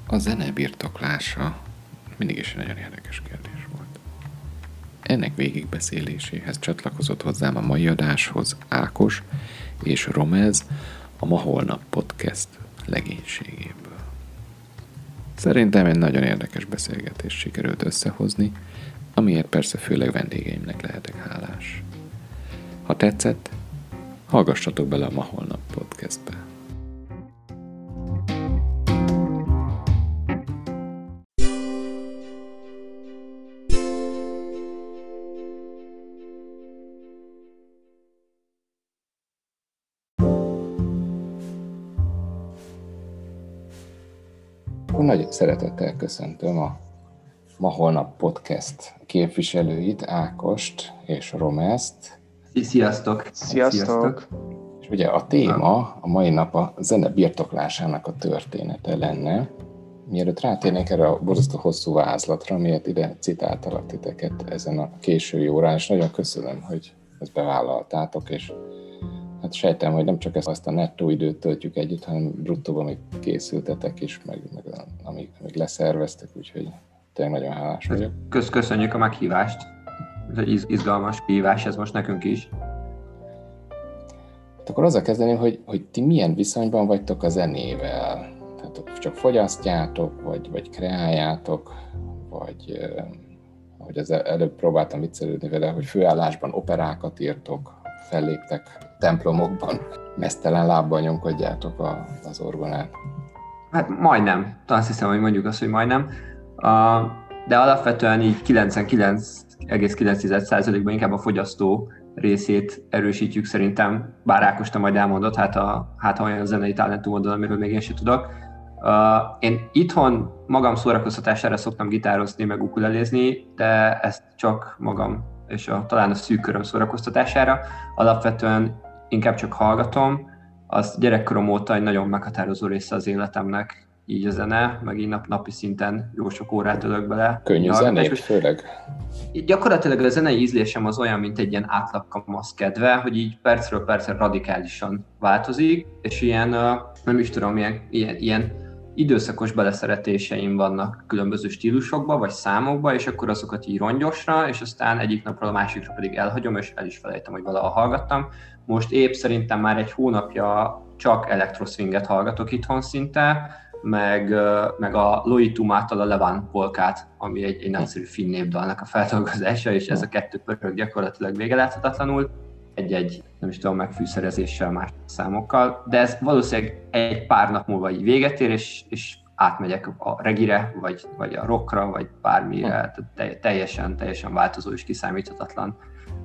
A zene birtoklása mindig is nagyon érdekes kérdés volt. Ennek végigbeszéléséhez csatlakozott hozzám a mai adáshoz Ákos és Romez, a Ma Holnap Podcast legénységéből. Szerintem egy nagyon érdekes beszélgetést sikerült összehozni, amiért persze főleg vendégeimnek lehetek hálás. Ha tetszett, hallgassatok bele a Ma Holnap Podcastbe. Nagy szeretettel köszöntöm a Ma Holnap Podcast képviselőit, Ákost és Romezt. Sziasztok! Sziasztok! És ugye a téma a mai nap a zene birtoklásának a története lenne. Mielőtt rátérnénk erre a borzasztó hosszú vázlatra, miért ide citáltalak titeket ezen a késői órán, és nagyon köszönöm, hogy ezt bevállaltátok, és hát sejtem, hogy nem csak ezt a nettó időt töltjük együtt, hanem bruttóban még készültetek is, meg amíg leszerveztek, úgyhogy tényleg nagyon hálás vagyok. Köszönjük a meghívást. Ez egy izgalmas kihívás, ez most nekünk is. Hát akkor azzal kezdeném, hogy ti milyen viszonyban vagytok a zenével? Tehát csak fogyasztjátok, vagy kreáljátok, vagy ahogy az előbb próbáltam viccelődni vele, hogy főállásban operákat írtok, felléptek templomokban, meztelen lábbal nyomkodjátok az orgonát. Hát majdnem. Azt hiszem, hogy mondjuk azt, hogy majdnem. De alapvetően így 99,9%-ban inkább a fogyasztó részét erősítjük szerintem, bár Ákos te majd elmondod, hát olyan zenei talentumod, amiről még én sem tudok. Én itthon magam szórakoztatására szoktam gitározni, meg ukulelézni, de ezt csak magam és talán a szűk köröm szórakoztatására. Alapvetően inkább csak hallgatom. Az gyerekkorom óta egy nagyon meghatározó része az életemnek, így a zene, meg így napi szinten jó sok órát ölök bele. Könnyű zenét főleg? Gyakorlatilag a zenei ízlésem az olyan, mint egy ilyen átlagkamasz kedve, hogy így percről percre radikálisan változik, és ilyen, nem is tudom, ilyen időszakos beleszeretéseim vannak különböző stílusokba, vagy számokba, és akkor azokat így rongyosra, és aztán egyik napról a másikra pedig elhagyom, és el is felejtem, hogy valaha hallgattam. Most épp szerintem már egy hónapja csak elektroszwinget hallgatok itthon szinte, meg a Loitumától a Leván polkát, ami egy nagyszerű finn népdalnak a feldolgozása, és ez a kettő pörög gyakorlatilag végeláthatatlanul, egy nem is tudom, megfűszerezéssel, más számokkal, de ez valószínűleg egy pár nap múlva így véget ér, és átmegyek a regire, vagy a rockra, vagy bármire, teljesen változó és kiszámíthatatlan.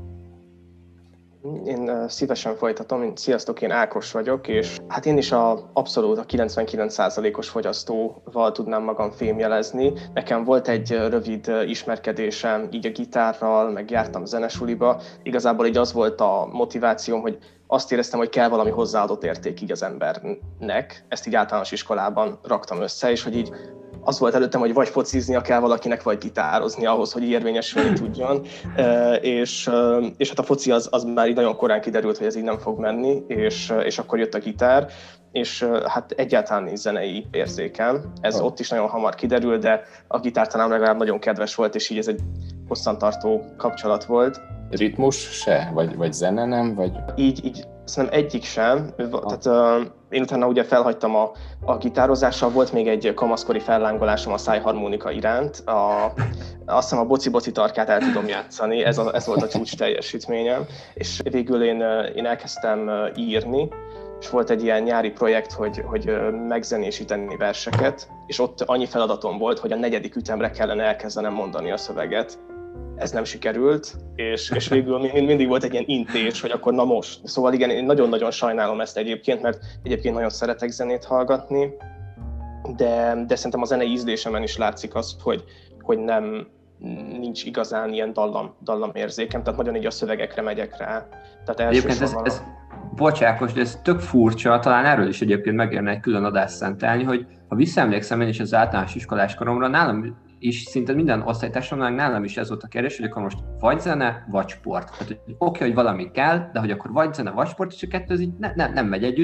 Én szívesen folytatom, sziasztok, én Ákos vagyok, és hát én is abszolút a 99%-os fogyasztóval tudnám magam fémjelezni. Nekem volt egy rövid ismerkedésem így a gitárral, meg jártam zenesuliba. Igazából így az volt a motivációm, hogy azt éreztem, hogy kell valami hozzáadott érték így az embernek. Ezt így általános iskolában raktam össze, és hogy így az volt előttem, hogy vagy fociznia kell valakinek, vagy gitározni ahhoz, hogy érvényesülni tudjon. És hát a foci az már így nagyon korán kiderült, hogy ez így nem fog menni, és akkor jött a gitár, és hát egyáltalán nincs zenei érzékem. Ez ott is nagyon hamar kiderült, de a gitártanám legalább nagyon kedves volt, és így ez egy hosszantartó kapcsolat volt. Ritmus se? Vagy zene nem? Vagy... Így szerintem egyik sem. Tehát, én utána ugye felhagytam a gitározással, volt még egy kamaszkori fellángolásom a szájharmonika iránt. Azt hiszem a boci tarkát el tudom játszani, ez volt a csúcs teljesítményem. És végül én elkezdtem írni, és volt egy ilyen nyári projekt, hogy megzenésíteni verseket, és ott annyi feladatom volt, hogy a 4. ütemre kellene elkezdenem mondani a szöveget. Ez nem sikerült, és végül mindig volt egy ilyen intés, hogy akkor na most. Szóval igen, én nagyon-nagyon sajnálom ezt egyébként, mert egyébként nagyon szeretek zenét hallgatni, de szerintem a zenei ízlésemen is látszik az, hogy nincs igazán ilyen dallamérzékem, tehát nagyon így a szövegekre megyek rá. Tehát egyébként bocsákos, de ez tök furcsa, talán erről is egyébként megérne egy külön adást szentelni, hogy ha visszaemlékszem én is az általános iskolás koromra, nálam és szinte minden osztálytársamnak nálam is ez volt a kérdés, hogy akkor most vagy zene, vagy sport. Tehát, hogy oké, hogy valami kell, de hogy akkor vagy zene, vagy sport, és a kettő az így nem megy együtt.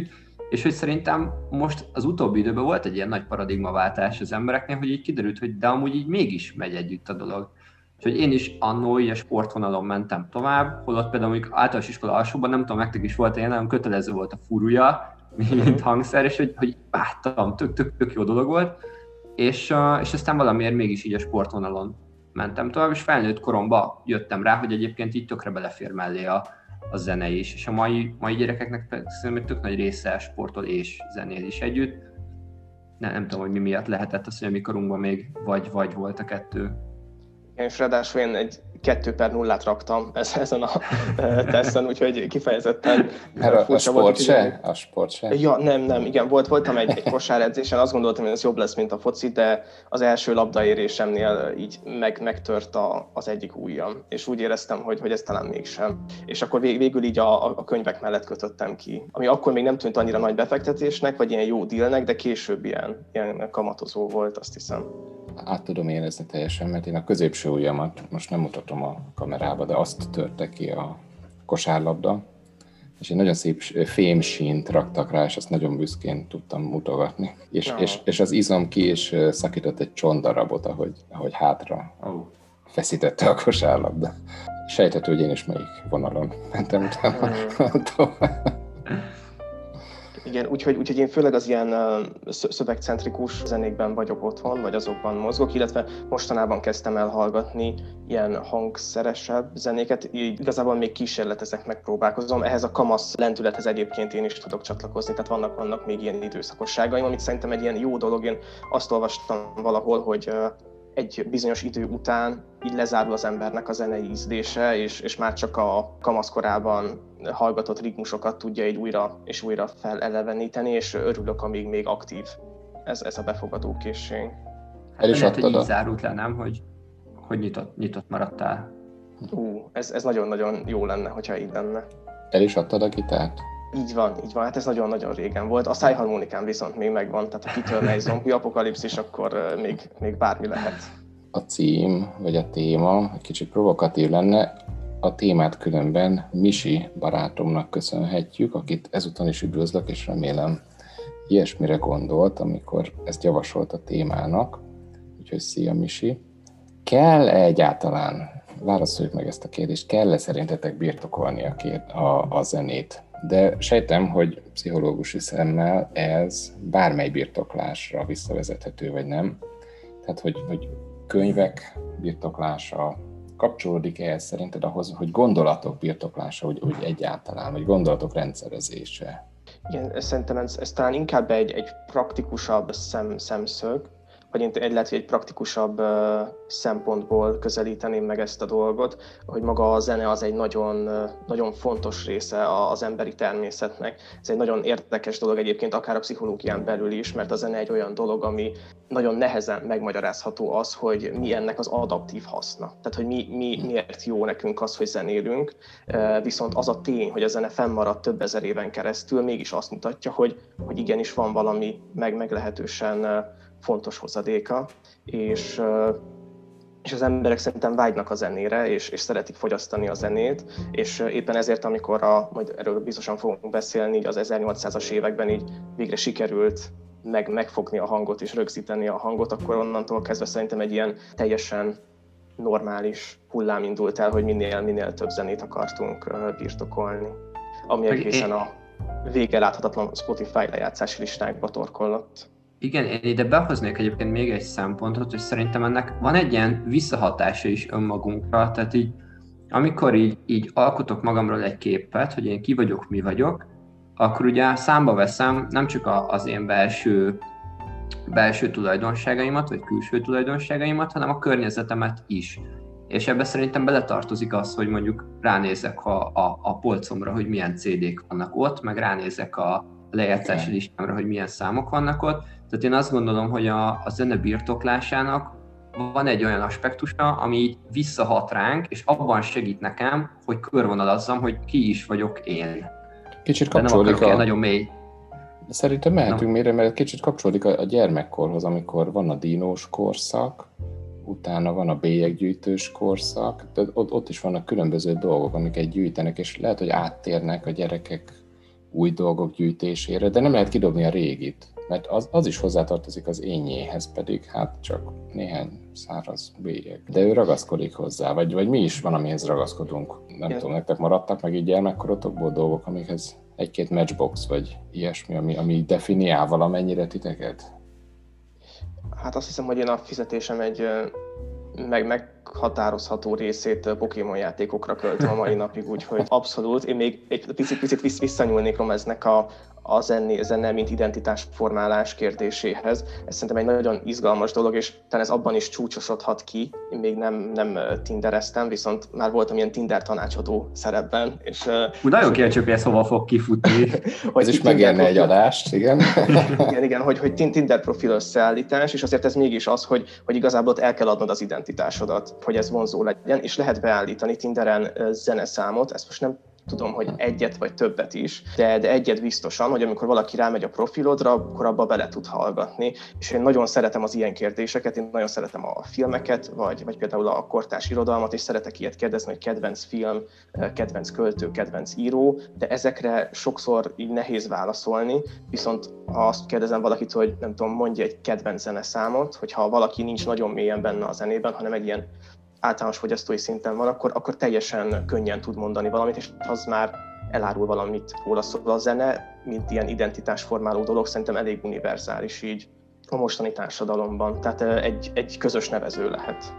és hogy szerintem most az utóbbi időben volt egy ilyen nagy paradigmaváltás az embereknél, hogy így kiderült, hogy de amúgy így mégis megy együtt a dolog. És hogy én is annó így a sportvonalon mentem tovább, holott például mondjuk általános iskola alsóban, nem tudom, nektek is volt ilyen, nagyon kötelező volt a furuja, mint hangszer, és hogy báttam, tök jó dolog volt, és aztán valamiért mégis így a sportvonalon mentem tovább, és felnőtt koromban jöttem rá, hogy egyébként így tökre belefér mellé a zene is, és a mai gyerekeknek szerintem tök nagy része sportol és zenél is együtt. Nem tudom, hogy mi miatt lehetett az, hogy a mi korunkban még vagy volt a kettő. És ráadásul én egy 2/0-át raktam ezen a teszten, úgyhogy kifejezetten furcsa volt. A sport se? Ja, nem, igen, voltam egy kosáredzésen, azt gondoltam, hogy ez jobb lesz, mint a foci, de az első labdaérésemnél így megtört az egyik ujjam, és úgy éreztem, hogy ez talán mégsem. És akkor végül így a könyvek mellett kötöttem ki, ami akkor még nem tűnt annyira nagy befektetésnek, vagy ilyen jó dealnek, de később ilyen kamatozó volt, azt hiszem. Át tudom érezni teljesen, mert én a középső ujjamat, most nem mutatom a kamerába, de azt törte ki a kosárlabda, és egy nagyon szép fémsínt raktak rá, és azt nagyon büszkén tudtam mutogatni. És az izom ki is szakított egy csontdarabot, ahogy hátra feszítette a kosárlabda. Sejthető, hogy én is melyik vonalon mentem utána tovább. Igen, úgyhogy én főleg az ilyen szövegcentrikus zenékben vagyok otthon, vagy azokban mozgok, illetve mostanában kezdtem el hallgatni ilyen hangszeresebb zenéket, így igazából még kísérletezek, megpróbálkozom. Ehhez a kamasz lendülethez egyébként én is tudok csatlakozni, tehát vannak még ilyen időszakosságaim, amit szerintem egy ilyen jó dolog. Én azt olvastam valahol, hogy egy bizonyos idő után így lezárul az embernek a zenei ízlése, és már csak a kamaszkorában hallgatott ritmusokat tudja így újra és újra feleleveníteni, és örülök, amíg még aktív ez a befogadó készség. El is adtad így zárult le, nem? Hogy nyitott maradtál? Ez nagyon-nagyon jó lenne, hogyha így lenne. El is adtad a gitárt? Így van, hát ez nagyon-nagyon régen volt. A szájharmonikán viszont még megvan, tehát ha kitörne egy zombi apokalipszis, akkor még bármi lehet. A cím, vagy a téma egy kicsit provokatív lenne. A témát különben Misi barátomnak köszönhetjük, akit ezúton is üdvözlök, és remélem ilyesmire gondolt, amikor ezt javasolt a témának. Úgyhogy szia, Misi. Kell-e egyáltalán, válaszoljuk meg ezt a kérdést, kell-e szerintetek birtokolni a zenét? De sejtem, hogy pszichológusi szemmel ez bármely birtoklásra visszavezethető, vagy nem. Tehát, hogy könyvek birtoklása kapcsolódik ehhez szerinted ahhoz, hogy gondolatok birtoklása, hogy egyáltalán, vagy gondolatok rendszerezése? Igen, szerintem ez talán inkább egy praktikusabb szemszög, vagy lehet, hogy egy praktikusabb szempontból közelíteném meg ezt a dolgot, hogy maga a zene az egy nagyon, nagyon fontos része az emberi természetnek. Ez egy nagyon érdekes dolog egyébként, akár a pszichológián belül is, mert a zene egy olyan dolog, ami nagyon nehezen megmagyarázható az, hogy mi ennek az adaptív haszna. Tehát, hogy miért jó nekünk az, hogy zenélünk, viszont az a tény, hogy a zene fennmaradt több ezer éven keresztül, mégis azt mutatja, hogy igenis van valami meglehetősen fontos hozadéka, és az emberek szerintem vágynak a zenére, és szeretik fogyasztani a zenét, és éppen ezért, amikor majd erről biztosan fogunk beszélni, így az 1800-as években így végre sikerült megfogni a hangot és rögzíteni a hangot, akkor onnantól kezdve szerintem egy ilyen teljesen normális hullám indult el, hogy minél több zenét akartunk birtokolni, ami egészen a vége láthatatlan Spotify lejátszási listákba torkollott. Igen, én ide behoznék egyébként még egy szempontot, hogy szerintem ennek van egy ilyen visszahatása is önmagunkra, tehát így, amikor így alkotok magamról egy képet, hogy én ki vagyok, mi vagyok, akkor ugye számba veszem nem csak az én belső tulajdonságaimat, vagy külső tulajdonságaimat, hanem a környezetemet is. És ebbe szerintem beletartozik az, hogy mondjuk ránézek a polcomra, hogy milyen CD-k vannak ott, meg ránézek a lejátszási listámra, hogy milyen számok vannak ott. Tehát én azt gondolom, hogy a zene birtoklásának van egy olyan aspektusa, ami így visszahat ránk, és abban segít nekem, hogy körvonalazzam, hogy ki is vagyok én. Kicsit kapcsolódik nagyon mély. Szerintem mehetünk mélyre, mert kicsit kapcsolódik a gyermekkorhoz, amikor van a dinós korszak, utána van a bélyeggyűjtős korszak, de ott is vannak különböző dolgok, amiket gyűjtenek, és lehet, hogy áttérnek a gyerekek új dolgok gyűjtésére, de nem lehet kidobni a régit, mert az is hozzátartozik az énjéhez, pedig hát csak néhány száraz bélyeg. De ő ragaszkodik hozzá, vagy mi is van, amihez ragaszkodunk. Nem tudom, nektek maradtak meg így gyermekkorotokból dolgok, amikhez egy-két matchbox, vagy ilyesmi, ami definiál valamennyire titeket? Hát azt hiszem, hogy én a fizetésem egy meghatározható részét Pokémon játékokra költöm a mai napig, úgyhogy abszolút. Én még egy picit visszanyúlnék Romeznek a zene, mint identitásformálás kérdéséhez. Ez szerintem egy nagyon izgalmas dolog, és talán ez abban is csúcsosodhat ki. Én még nem tindereztem, viszont már voltam ilyen Tinder tanácsadó szerepben. És, nagyon kíváncsi, hogy ez hova fog kifutni. Ez is megérne egy adást, igen. igen, hogy Tinder profil összeállítás, és azért ez mégis az, hogy igazából ott el kell adnod az identitásodat, hogy ez vonzó legyen, és lehet beállítani Tinderen zeneszámot, ezt most nem tudom, hogy egyet vagy többet is, de egyet biztosan, hogy amikor valaki rámegy a profilodra, akkor abba bele tud hallgatni. És én nagyon szeretem az ilyen kérdéseket, én nagyon szeretem a filmeket, vagy például a kortárs irodalmat, és szeretek ilyet kérdezni, hogy kedvenc film, kedvenc költő, kedvenc író, de ezekre sokszor így nehéz válaszolni, viszont ha azt kérdezem valakit, hogy nem tudom, mondja egy kedvenc zeneszámot, hogyha valaki nincs nagyon mélyen benne a zenében, hanem egy ilyen általános fogyasztói szinten van, akkor teljesen könnyen tud mondani valamit, és az már elárul valamit róla. Szóval a zene, mint ilyen identitásformáló dolog, szerintem elég univerzális így a mostani társadalomban. Tehát egy közös nevező lehet.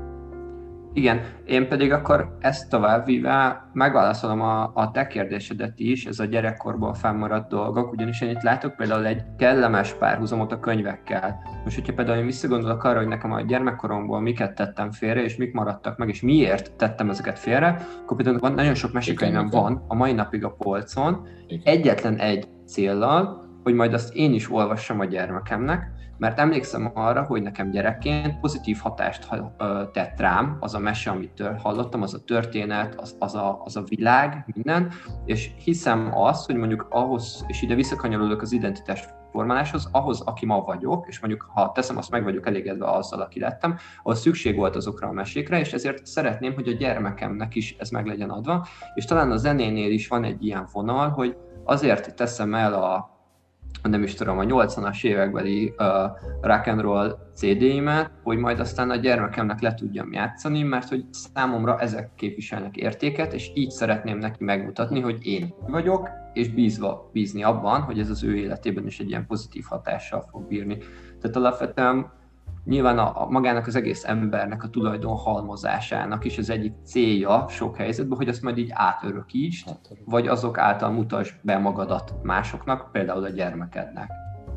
Igen, én pedig akkor ezt továbbvíve megválaszolom a te kérdésedet is, ez a gyerekkorból fennmaradt dolgok, ugyanis én itt látok például egy kellemes párhuzamot a könyvekkel. Most, hogyha például én visszagondolok arra, hogy nekem a gyermekkoromból miket tettem félre, és mik maradtak meg, és miért tettem ezeket félre, akkor például nagyon sok mesekönyvem van a mai napig a polcon, egyetlen egy céllal, hogy majd azt én is olvassam a gyermekemnek, mert emlékszem arra, hogy nekem gyerekként pozitív hatást tett rám az a mese, amit hallottam, az a történet, az a világ, minden, és hiszem azt, hogy mondjuk ahhoz, és ide visszakanyarodok az identitás formáláshoz, ahhoz, aki ma vagyok, és mondjuk ha teszem, azt meg vagyok elégedve azzal, aki lettem, ahhoz szükség volt azokra a mesékre, és ezért szeretném, hogy a gyermekemnek is ez meg legyen adva, és talán a zenénél is van egy ilyen vonal, hogy azért teszem el nem is tudom, a 80-as évekbeli rock and roll CD-imet, hogy majd aztán a gyermekemnek le tudjam játszani, mert hogy számomra ezek képviselnek értéket, és így szeretném neki megmutatni, hogy én vagyok, és bízni abban, hogy ez az ő életében is egy ilyen pozitív hatással fog bírni. Tehát alapvetően nyilván magának az egész embernek a tulajdon halmozásának is az egyik célja sok helyzetben, hogy azt majd így átörökítsd, vagy azok által mutasd be magadat másoknak, például a gyermekednek.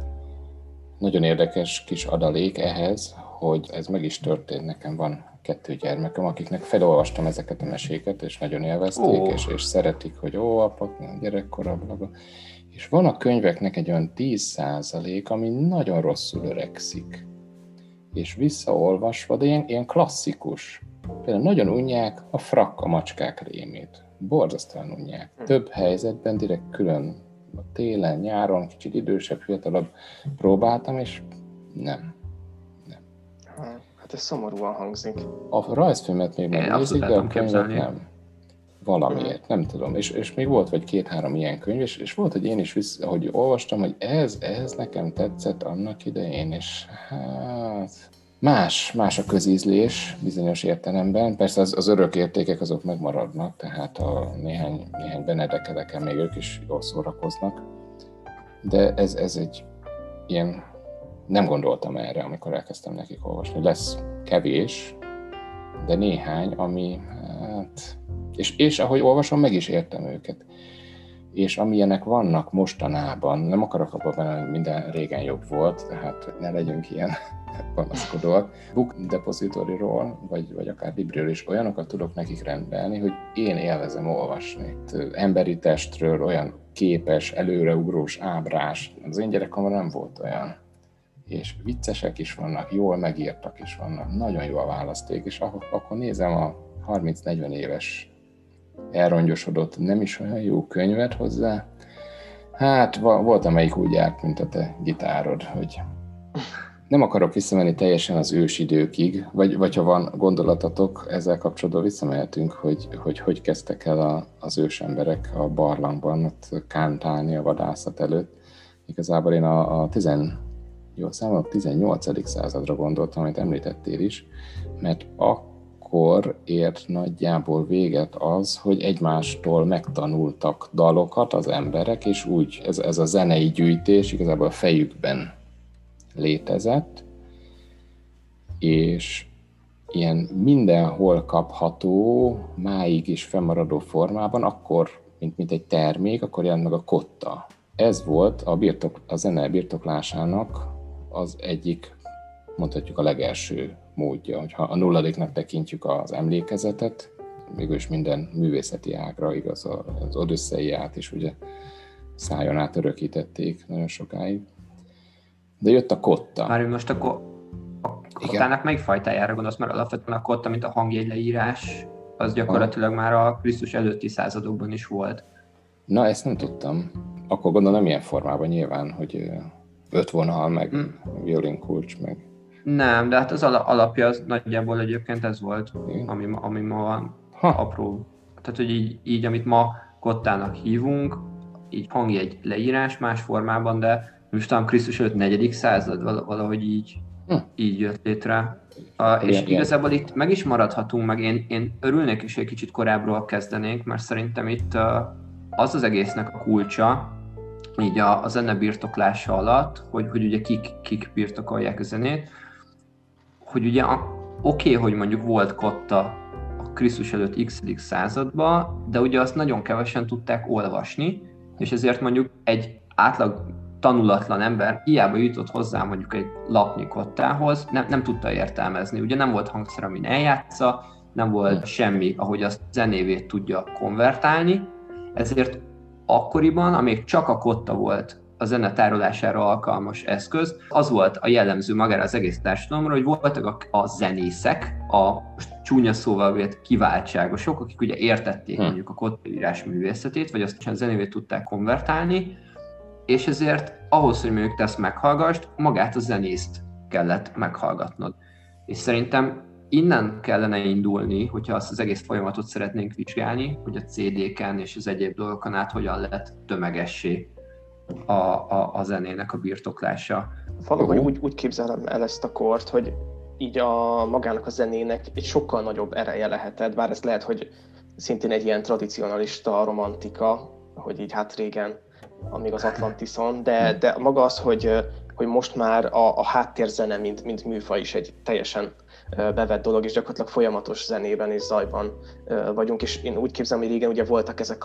Nagyon érdekes kis adalék ehhez, hogy ez meg is történt. Nekem van 2 gyermekem, akiknek felolvastam ezeket a meséket, és nagyon élvezték, és szeretik, hogy apa, gyerekkora, blablabla. És van a könyveknek egy olyan 10%, ami nagyon rosszul öregszik. És visszaolvasva, de ilyen klasszikus. Például nagyon unják a frakk a macskák rémét. Borzasztóan unják. Több helyzetben direkt külön télen, nyáron, kicsit idősebb, fiatalabb próbáltam, és nem. Hát ez szomorúan hangzik. A rajzfilmet még megnézik, de a könyvet nem. Valamiért, nem tudom. És még volt vagy 2-3 ilyen könyv, és volt, hogy én is hogy olvastam, hogy ez nekem tetszett annak idején, és hát más a közízlés bizonyos értelemben. Persze az örök értékek azok megmaradnak, tehát a néhány benedekedeken még ők is jól szórakoznak. De ez egy ilyen, nem gondoltam erre, amikor elkezdtem nekik olvasni. Lesz kevés, de néhány, ami hát... És ahogy olvasom, meg is értem őket. És amilyenek vannak mostanában, nem akarok abban benne, hogy minden régen jobb volt, tehát ne legyünk ilyen panaszkodóak. Book Depository-ról, vagy akár Libriről is olyanokat tudok nekik rendelni, hogy én élvezem olvasni. Emberi testről olyan képes, előreugrós, ábrás, az én gyerekkoromban nem volt olyan. És viccesek is vannak, jól megírtak is vannak, nagyon jó a választék, és akkor nézem a 30-40 éves elrongyosodott, nem is olyan jó könyvet hozzá. Hát volt, amelyik úgy járt, mint a te gitárod, hogy Nem akarok visszamenni teljesen az ősidőkig, vagy ha van gondolatatok, ezzel kapcsolatban visszamehetünk, hogy kezdtek el az ősemberek a barlangban ott kántálni a vadászat előtt. Igazából én a 18. századra gondoltam, amit említettél is, mert akkor ért nagyjából véget az, hogy egymástól megtanultak dalokat az emberek, és úgy ez a zenei gyűjtés igazából a fejükben létezett, és ilyen mindenhol kapható, máig is fennmaradó formában, akkor, mint egy termék, akkor jelent meg a kotta. Ez volt a zene birtoklásának az egyik, mondhatjuk a legelső módja. Hogyha a nulladiknak tekintjük az emlékezetet, mégis minden művészeti ágra igaz, az Odüsszeiát is ugye szájon át örökítették nagyon sokáig. De jött a kotta. Már most a kottának melyik fajtájára gondolsz? Mert alapvetően a kotta, mint a hangjegyleírás, az gyakorlatilag már a Krisztus előtti századokban is volt. Na, ezt nem tudtam. Akkor gondolom ilyen formában nyilván, hogy 5 vonal, meg violinkulcs, meg... Nem, de hát az alapja az nagyjából egyébként ez volt, ami ma van apró. Tehát, hogy így, amit ma kottának hívunk, így hangjegy leírás más formában, de most talán Krisztus előtt 4. század, valahogy így jött létre. És igazából itt meg is maradhatunk, meg én örülnék is, hogy egy kicsit korábbról kezdenénk, mert szerintem itt az az egésznek a kulcsa, így a zene birtoklása alatt, hogy ugye kik birtokolják a zenét, hogy ugye oké, hogy mondjuk volt kotta a Krisztus előtt x. században, de ugye azt nagyon kevesen tudták olvasni, és ezért mondjuk egy átlag tanulatlan ember hiába jutott hozzá mondjuk egy lapnyi kottához, nem tudta értelmezni. Ugye nem volt hangszer, amin eljátsza, nem volt semmi, ahogy azt zenévé tudja konvertálni, ezért akkoriban, amíg csak a kotta volt a zene tárolására alkalmas eszköz, az volt a jellemző magára az egész társadalomra, hogy voltak a zenészek, a csúnya szóval vélt kiváltságosok, akik ugye értették mondjuk a kottaírás művészetét, vagy azt a zenévé tudták konvertálni, és ezért ahhoz, hogy mondjuk te ezt meghallgassd, magát a zenészt kellett meghallgatnod. És szerintem innen kellene indulni, hogyha azt az egész folyamatot szeretnénk vizsgálni, hogy a CD-ken és az egyéb dolgokon át hogyan lett tömegessé a zenének a birtoklása. Valahogy úgy képzelem el ezt a kort, hogy így magának a zenének egy sokkal nagyobb ereje lehetett, bár ez lehet, hogy szintén egy ilyen tradicionalista romantika, hogy így hát régen, amíg az Atlantiszon, de maga az, hogy most már a háttérzene, mint műfaj is egy teljesen bevett dolog, és gyakorlatilag folyamatos zenében és zajban vagyunk, és én úgy képzelem, hogy régen ugye voltak ezek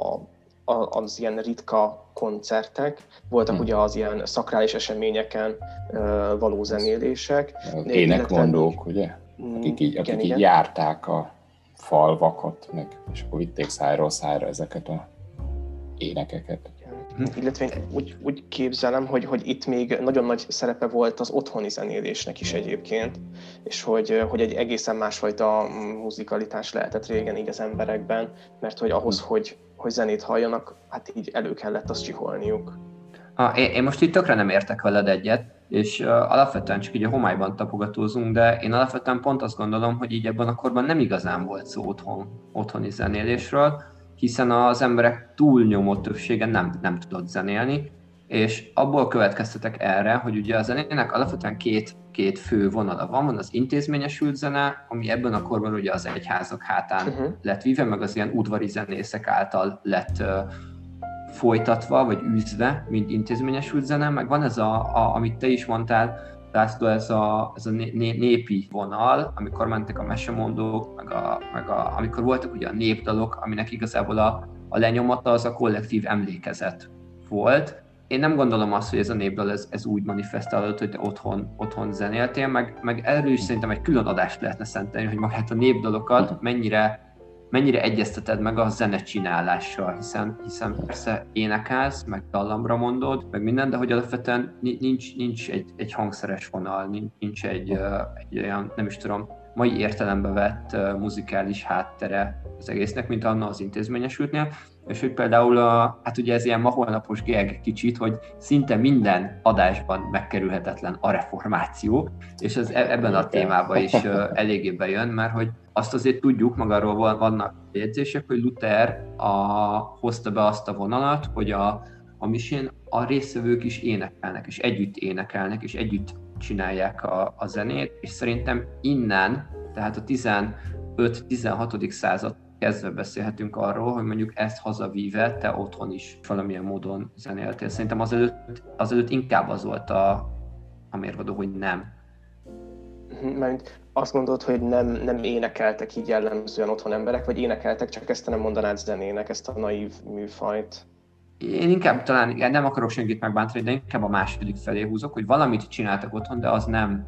az ilyen ritka koncertek, voltak ugye az ilyen szakrális eseményeken való zenélések. Énekmondók, ugye? Akik így járták a falvakat, és akkor vitték szájról szájra ezeket a énekeket. Illetve én úgy képzelem, hogy itt még nagyon nagy szerepe volt az otthoni zenélésnek is egyébként, és hogy egy egészen másfajta muzikalitás lehetett régen így az emberekben, mert hogy ahhoz, hogy zenét halljanak, hát így elő kellett azt csiholniuk. Én most itt tökre nem értek veled egyet, és alapvetően csak így a homályban tapogatózunk, de én alapvetően pont azt gondolom, hogy így ebben a korban nem igazán volt szó otthoni zenélésről, hiszen az emberek túlnyomó többsége nem tudott zenélni, és abból következtetek erre, hogy ugye a zenének alapvetően két fő vonala van az intézményesült zene, ami ebben a korban ugye az egyházak hátán lett víve, meg az ilyen udvari zenészek által lett folytatva, vagy űzve, mint intézményesült zene, meg van ez amit te is mondtál, László, ez a népi vonal, amikor mentek a mesemondók, amikor voltak ugye a népdalok, aminek igazából a lenyomata az a kollektív emlékezet volt. Én nem gondolom azt, hogy ez a népdal ez úgy manifestálódott, hogy te otthon zenéltél, meg erről is szerintem egy külön adást lehetne szentelni, hogy magát a népdalokat mennyire egyezteted meg a zenecsinálással, hiszen persze énekelsz, meg dallamra mondod, meg minden, de hogy alapvetően nincs egy hangszeres vonal, nincs egy olyan, nem is tudom, mai értelembe vett muzikális háttere az egésznek, mint anna az intézményesültnél, és hogy például hát ugye ez ilyen ma holnapos gag kicsit, hogy szinte minden adásban megkerülhetetlen a reformáció, és ez ebben a témában is eléggé bejön, mert hogy azt azért tudjuk, magáról vannak jegyzések, hogy Luther hozta be azt a vonalat, hogy a misén a résztvevők is énekelnek, és együtt csinálják a zenét, és szerintem innen, tehát a 15-16. század kezdve beszélhetünk arról, hogy mondjuk ezt hazavíve te otthon is valamilyen módon zenéltél. Szerintem azelőtt inkább az volt a mérvadó, hogy nem. Mert azt gondolod, hogy nem énekeltek így jellemzően otthon emberek, vagy énekeltek, csak ezt nem mondanád zenének, ezt a naív műfajt? Én inkább talán, nem akarok senkit megbántani, de inkább a második felé húzok, hogy valamit csináltak otthon, de az nem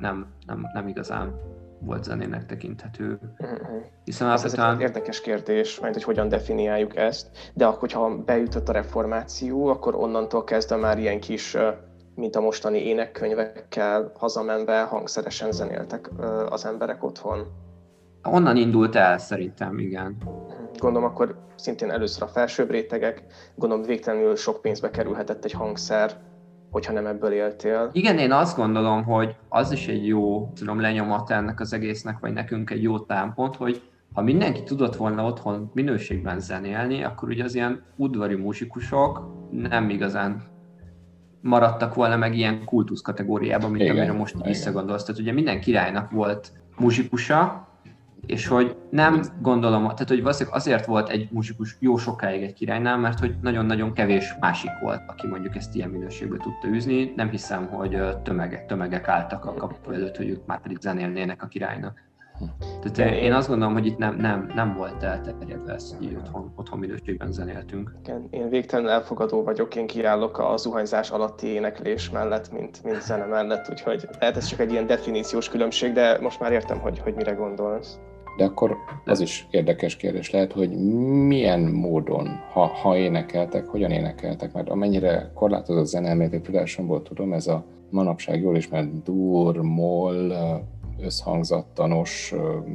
igazán volt zenének tekinthető. Hiszen ez egy érdekes kérdés, mert hogy hogyan definiáljuk ezt, de akkor, ha bejutott a reformáció, akkor onnantól kezdve már ilyen kis, mint a mostani énekkönyvekkel hazamenve hangszeresen zenéltek az emberek otthon. Onnan indult el szerintem, igen. Gondolom akkor szintén először a felsőbb rétegek, gondolom végtelenül sok pénzbe kerülhetett egy hangszer, hogyha nem ebből éltél. Igen, én azt gondolom, hogy az is egy jó lenyomat ennek az egésznek, vagy nekünk egy jó támpont, hogy ha mindenki tudott volna otthon minőségben zenélni, akkor ugye az ilyen udvari muzsikusok nem igazán maradtak volna meg ilyen kultusz kategóriában, mint amire most visszagondolsz. Tehát ugye minden királynak volt muzsikusa, és hogy nem gondolom, tehát hogy valószínűleg azért volt egy muzsikus jó sokáig egy királynál, mert hogy nagyon-nagyon kevés másik volt, aki mondjuk ezt ilyen minőségbe tudta űzni. Nem hiszem, hogy tömegek álltak a kapu előtt, hogy ők már pedig zenélnének a királynak. Tehát én azt gondolom, hogy itt nem volt elterjedve ez, hogy otthon minőségben zenéltünk. Igen, én végtelenül elfogadó vagyok, én kiállok a zuhanyzás alatti éneklés mellett, mint zene mellett, úgyhogy lehet ez csak egy ilyen definíciós különbség, de most már értem, hogy mire gondolsz. De akkor az is érdekes kérdés lehet, hogy milyen módon, ha énekeltek, hogyan énekeltek, mert amennyire korlátozott zeneelméleti tudásomból tudom, ez a manapság jól ismert dur, moll, összhangzattanos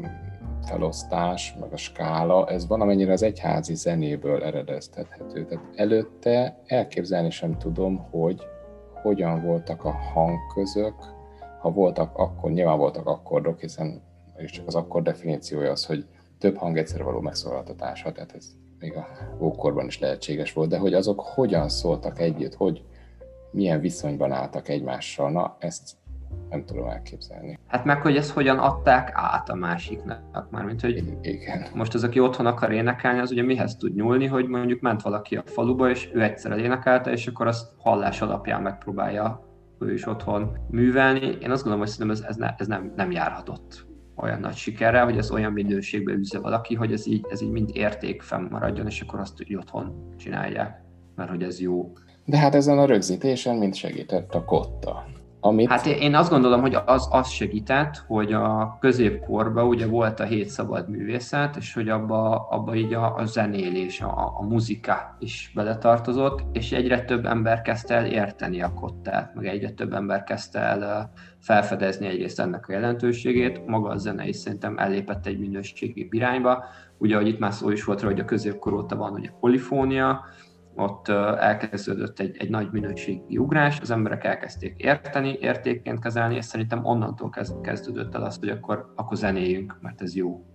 felosztás, meg a skála, ez valamennyire az egyházi zenéből eredeztethető. Tehát előtte elképzelni sem tudom, hogy hogyan voltak a hangközök, ha voltak akkor, nyilván voltak akkordok, hiszen és csak az akkord definíciója az, hogy több hang egyszer való megszólaltatása, tehát ez még a ókorban is lehetséges volt, de hogy azok hogyan szóltak együtt, hogy milyen viszonyban álltak egymással, na ezt nem tudom elképzelni. Hát meg, hogy ezt hogyan adták át a másiknak, mármint, hogy igen. Most az, aki otthon akar énekelni, az ugye mihez tud nyúlni, hogy mondjuk ment valaki a faluba, és ő egyszer elénekelte, és akkor azt hallás alapján megpróbálja ő is otthon művelni. Én azt gondolom, hogy szerintem ez nem járhatott olyan nagy sikerrel, hogy ez olyan minőségbe üzze valaki, hogy ez így mind érték fennmaradjon, és akkor azt úgy otthon csinálják, mert hogy ez jó. De hát ezen a rögzítésen mind segített a kotta. Hát én azt gondolom, hogy az segített, hogy a középkorban ugye volt a 7 szabad művészet, és hogy abba így a zenélés, a muzika is beletartozott, és egyre több ember kezdte el érteni a kottát, meg egyre több ember kezdte el felfedezni egyrészt ennek a jelentőségét, maga a zene is szerintem ellépett egy minőségi irányba. Ugye, ahogy itt már szó is volt rá, hogy a középkor óta van ugye polifónia, ott elkezdődött egy nagy minőségi ugrás, az emberek elkezdték érteni, értékként kezelni, és szerintem onnantól kezdődött el az, hogy akkor zenéljünk, mert ez jó,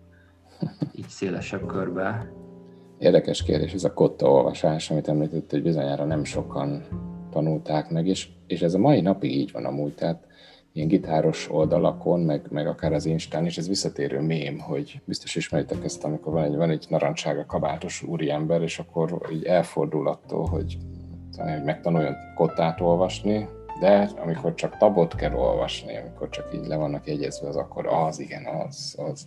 így szélesebb körbe. Érdekes kérdés, ez a kotta olvasás, amit említett, hogy bizonyára nem sokan tanulták meg, és ez a mai napig így van amúgy, tehát ilyen gitáros oldalakon, meg akár az Instán is, ez visszatérő mém, hogy biztos ismeritek ezt, amikor van egy narancsága kabátos úriember, és akkor így elfordul attól, hogy megtanuljon kottát olvasni, de amikor csak tabot kell olvasni, amikor csak így le vannak jegyezve, az akkor az, igen, az.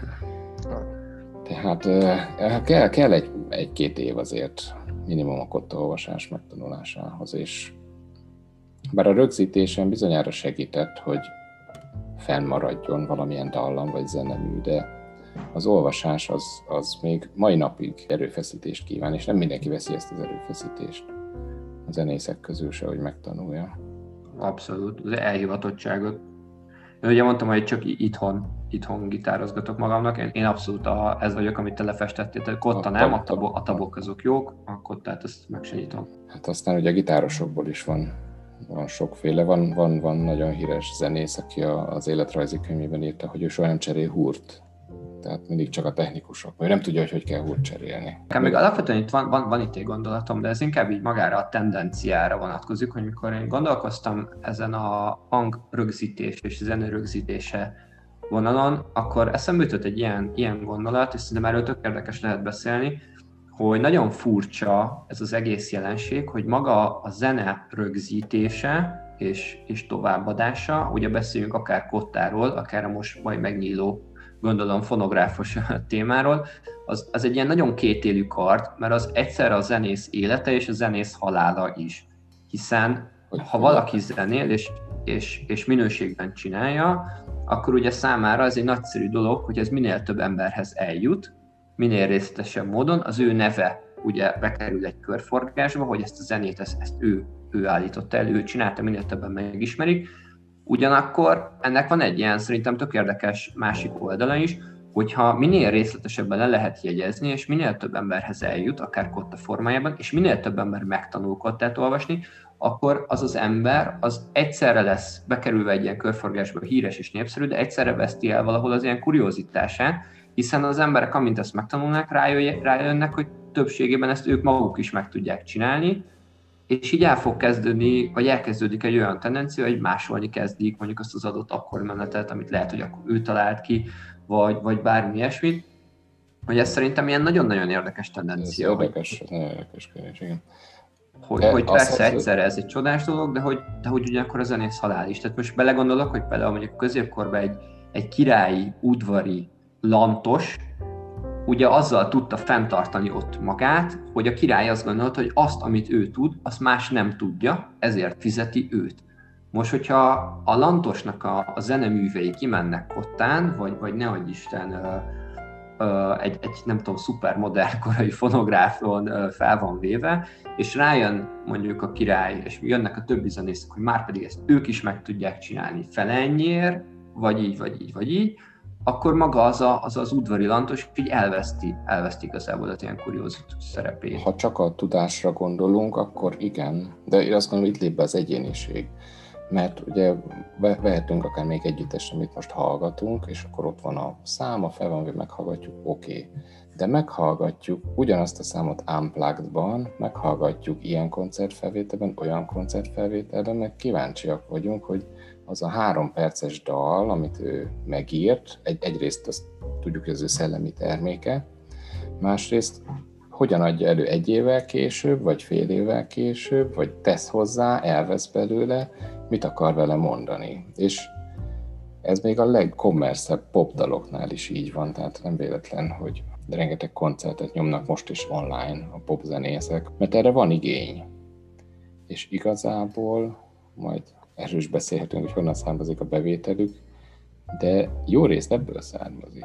Tehát kell egy-két év azért minimum a kotta olvasás megtanulásához, és bár a rögzítésen bizonyára segített, hogy fennmaradjon valamilyen dallam vagy zenemű, de az olvasás az még mai napig erőfeszítést kíván, és nem mindenki veszi ezt az erőfeszítést a zenészek közül se, hogy megtanulja. Abszolút, az elhivatottságot. Én ugye mondtam, hogy csak itthon itthon gitározgatok magamnak. Én abszolút ez vagyok, amit te lefestettél. Tehát kotta nem, a tabok azok jók, a kottát azt meg se nyitom. Hát aztán ugye a gitárosokból is van sokféle. Van nagyon híres zenész, aki az életrajzi könyvében írta, hogy ő soha nem cserél húrt. Tehát mindig csak a technikusok. Ő nem tudja, hogy kell húrt cserélni. Még alapvetően itt van itt egy gondolatom, de ez inkább így magára a tendenciára vonatkozik, hogy mikor én gondolkoztam ezen a hangrögzítés és zenerögzítése vonalon, akkor eszembe jutott egy ilyen gondolat, és szerintem erről tök érdekes lehet beszélni, hogy nagyon furcsa ez az egész jelenség, hogy maga a zene rögzítése és továbbadása, ugye beszéljünk akár kottáról, akár a most majd megnyíló, gondolom fonográfos témáról, az egy ilyen nagyon kétélű kard, mert az egyszerre a zenész élete és a zenész halála is. Hiszen ha valaki zenél és minőségben csinálja, akkor ugye számára ez egy nagyszerű dolog, hogy ez minél több emberhez eljut, minél részletesebb módon, az ő neve ugye bekerül egy körforgásba, hogy ezt a zenét, ezt ő állította elő, ő csinálta, minél többen megismerik. Ugyanakkor ennek van egy ilyen szerintem tök érdekes másik oldala is, hogyha minél részletesebben le lehet jegyezni, és minél több emberhez eljut, akár kotta formájában, és minél több ember megtanul kottát olvasni, akkor az ember az egyszerre lesz bekerülve egy ilyen körforgásba híres és népszerű, de egyszerre veszti el valahol az ilyen kuriózitását, hiszen az emberek, amint ezt megtanulnak, rájönnek, hogy többségében ezt ők maguk is meg tudják csinálni, és így el fog kezdődni, vagy elkezdődik egy olyan tendencia, hogy másolni kezdik mondjuk azt az adott akkordmenetet, amit lehet, hogy akkor ő talált ki, vagy bármi ilyesmit, hogy ez szerintem ilyen nagyon-nagyon érdekes tendencia. Ez érdekes, nagyon érdekes kérdés, igen. Hogy persze egyszerre ez egy csodás dolog, de hogy ugyanakkor a zenész halál is. Tehát most belegondolok, hogy például mondjuk középkorban egy királyi, udvari lantos, ugye azzal tudta fenntartani ott magát, hogy a király azt gondolta, hogy azt, amit ő tud, azt más nem tudja, ezért fizeti őt. Most, hogyha a lantosnak a zeneművei kimennek kottán, vagy nehogy Isten egy nem tudom, szupermodern korai fonográfon fel van véve, és rájön mondjuk a király, és jönnek a többi zenészek, hogy már pedig ezt ők is meg tudják csinálni fele ennyiért, vagy így, akkor maga az udvari lantos így elveszti igazából az ilyen kuriózitus szerepét. Ha csak a tudásra gondolunk, akkor igen, de én azt gondolom, itt lép be az egyéniség. Mert ugye vehetünk akár még együttes, amit most hallgatunk, és akkor ott van a szám, a fel van, meghallgatjuk, oké. De meghallgatjuk ugyanazt a számot unplugged-ban, meghallgatjuk ilyen koncertfelvételben, olyan koncertfelvételben, mert kíváncsiak vagyunk, hogy az a 3 perces dal, amit ő megírt, egyrészt azt tudjuk, hogy az ő szellemi terméke, másrészt hogyan adja elő 1 évvel később, vagy fél évvel később, vagy tesz hozzá, elvesz belőle, mit akar vele mondani. És ez még a legkommerszebb popdaloknál is így van, tehát nem véletlen, hogy rengeteg koncertet nyomnak most is online a popzenészek, mert erre van igény. És igazából majd erről is beszélhetünk, hogy honnan származik a bevételük, de jó részt ebből származik.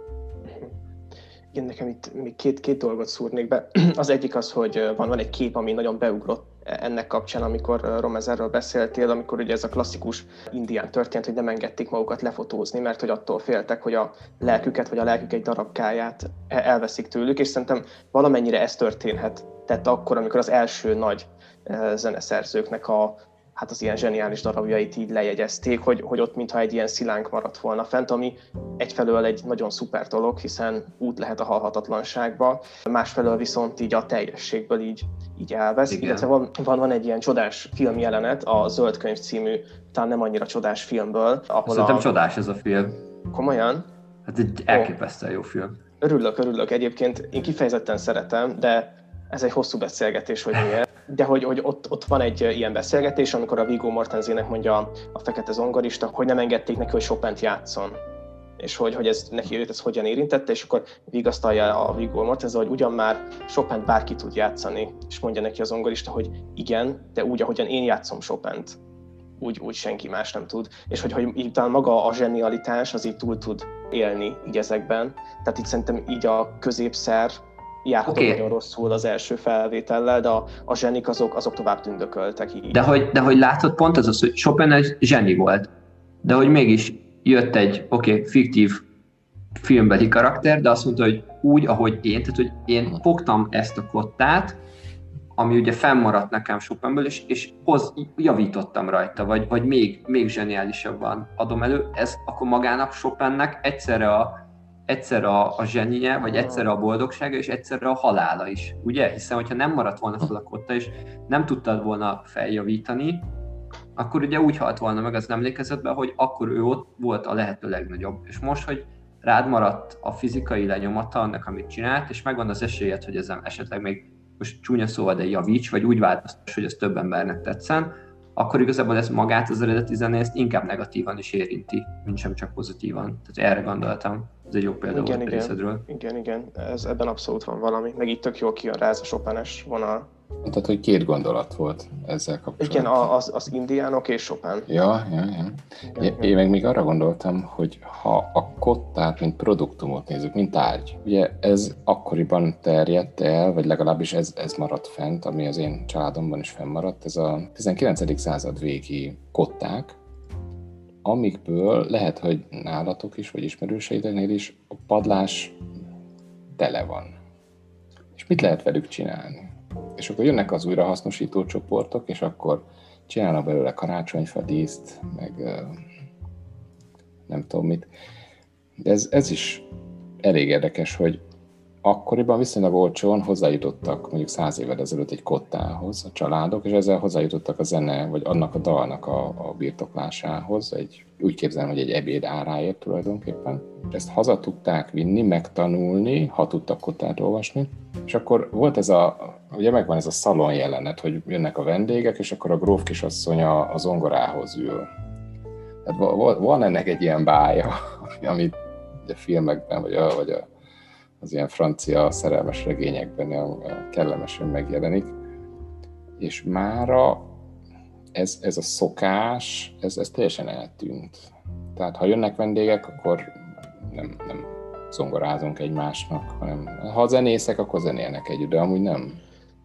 Igen, nekem itt még két dolgot szúrnék be. Az egyik az, hogy van egy kép, ami nagyon beugrott ennek kapcsán, amikor Romez erről beszéltél, amikor ugye ez a klasszikus indián történet, hogy nem engedték magukat lefotózni, mert hogy attól féltek, hogy a lelküket vagy a lelkük egy darabkáját elveszik tőlük, és szerintem valamennyire ez történhet. Tehát akkor, amikor az első nagy zeneszerzőknek az ilyen zseniális darabjait így lejegyezték, hogy ott mintha egy ilyen szilánk maradt volna fent, ami egyfelől egy nagyon szuper dolog, hiszen út lehet a halhatatlanságba, másfelől viszont így a teljességből így elvesz. Igen. Illetve van egy ilyen csodás filmjelenet, a Zöld Könyv című, talán nem annyira csodás filmből, ahol szerintem csodás ez a film. Komolyan? Hát egy elképesztően jó film. Örülök. Egyébként én kifejezetten szeretem, de ez egy hosszú beszélgetés, hogy miért. De hogy ott van egy ilyen beszélgetés, amikor a Viggo Mortensének mondja a fekete zongorista, hogy nem engedték neki, hogy Chopint játszon. És hogy ez neki ez hogyan érintette, és akkor vigasztalja a Viggo Mortensen, hogy ugyan már Chopint bárki tud játszani. És mondja neki a zongorista, hogy igen, de úgy, ahogyan én játszom Chopint, úgy senki más nem tud. És hogy így talán maga a zsenialitás az így túl tud élni így ezekben. Tehát itt szerintem így a középszer járhatott nagyon rosszul az első felvétellel, de a zsenik azok tovább tündököltek így. De hogy látod, pont az, hogy Chopin egy zseni volt, de hogy mégis jött egy, fiktív filmbeli karakter, de azt mondta, hogy úgy, ahogy én, tehát hogy én fogtam ezt a kottát, ami ugye fennmaradt nekem Chopinből, és javítottam rajta, vagy még zseniálisabban adom elő. Ez akkor magának Chopinnek egyszerre a zsenie, vagy egyszerre a boldogsága, és egyszerre a halála is, ugye? Hiszen, hogyha nem maradt volna fel a kotta, és nem tudtad volna feljavítani, akkor ugye úgy halt volna meg az emlékezetben, hogy akkor ő ott volt a lehető legnagyobb. És most, hogy rád maradt a fizikai lenyomata annak, amit csinált, és megvan az esélyed, hogy ezen esetleg még most csúnya szóval, de javíts, vagy úgy változtass, hogy ez több embernek tetszen, akkor igazából ez magát az eredeti zenészt inkább negatívan is érinti, mint sem csak pozitívan. Tehát erre gondoltam. Ez egy jó példa volt részedről. Igen. Ebben abszolút van valami. Meg itt tök jól kijön rá ez a Chopin-es vonal. Mondtad, hogy 2 gondolat volt ezzel kapcsolatban. Igen, az indiánok és Chopin. Ja. Én meg még arra gondoltam, hogy ha a kottát, mint produktumot nézzük, mint tárgy, ugye ez akkoriban terjedt el, vagy legalábbis ez maradt fent, ami az én családomban is fennmaradt, ez a 19. század végi kották, amikből lehet, hogy nálatok is, vagy ismerőseideknél is a padlás tele van. És mit lehet velük csinálni? És akkor jönnek az újrahasznosító csoportok, és akkor csinálnak belőle karácsonyfadíszt, meg nem tudom mit. De ez is elég érdekes, hogy akkoriban viszonylag olcsón hozzájutottak mondjuk 100 évvel ezelőtt egy kottához a családok, és ezzel hozzájutottak a zene, vagy annak a dalnak a birtoklásához, úgy képzelem, hogy egy ebéd áráért tulajdonképpen. Ezt haza tudták vinni, megtanulni, ha tudtak kottát olvasni, és akkor volt ugye megvan ez a szalon jelenet, hogy jönnek a vendégek, és akkor a gróf kisasszony a zongorához ül. Tehát van ennek egy ilyen bája, amit a filmekben, vagy az ilyen francia szerelmes regényekben kellemesen megjelenik. És mára ez a szokás, ez teljesen eltűnt. Tehát ha jönnek vendégek, akkor nem zongorázunk egymásnak, hanem ha zenészek, akkor zenélnek együtt, de amúgy nem.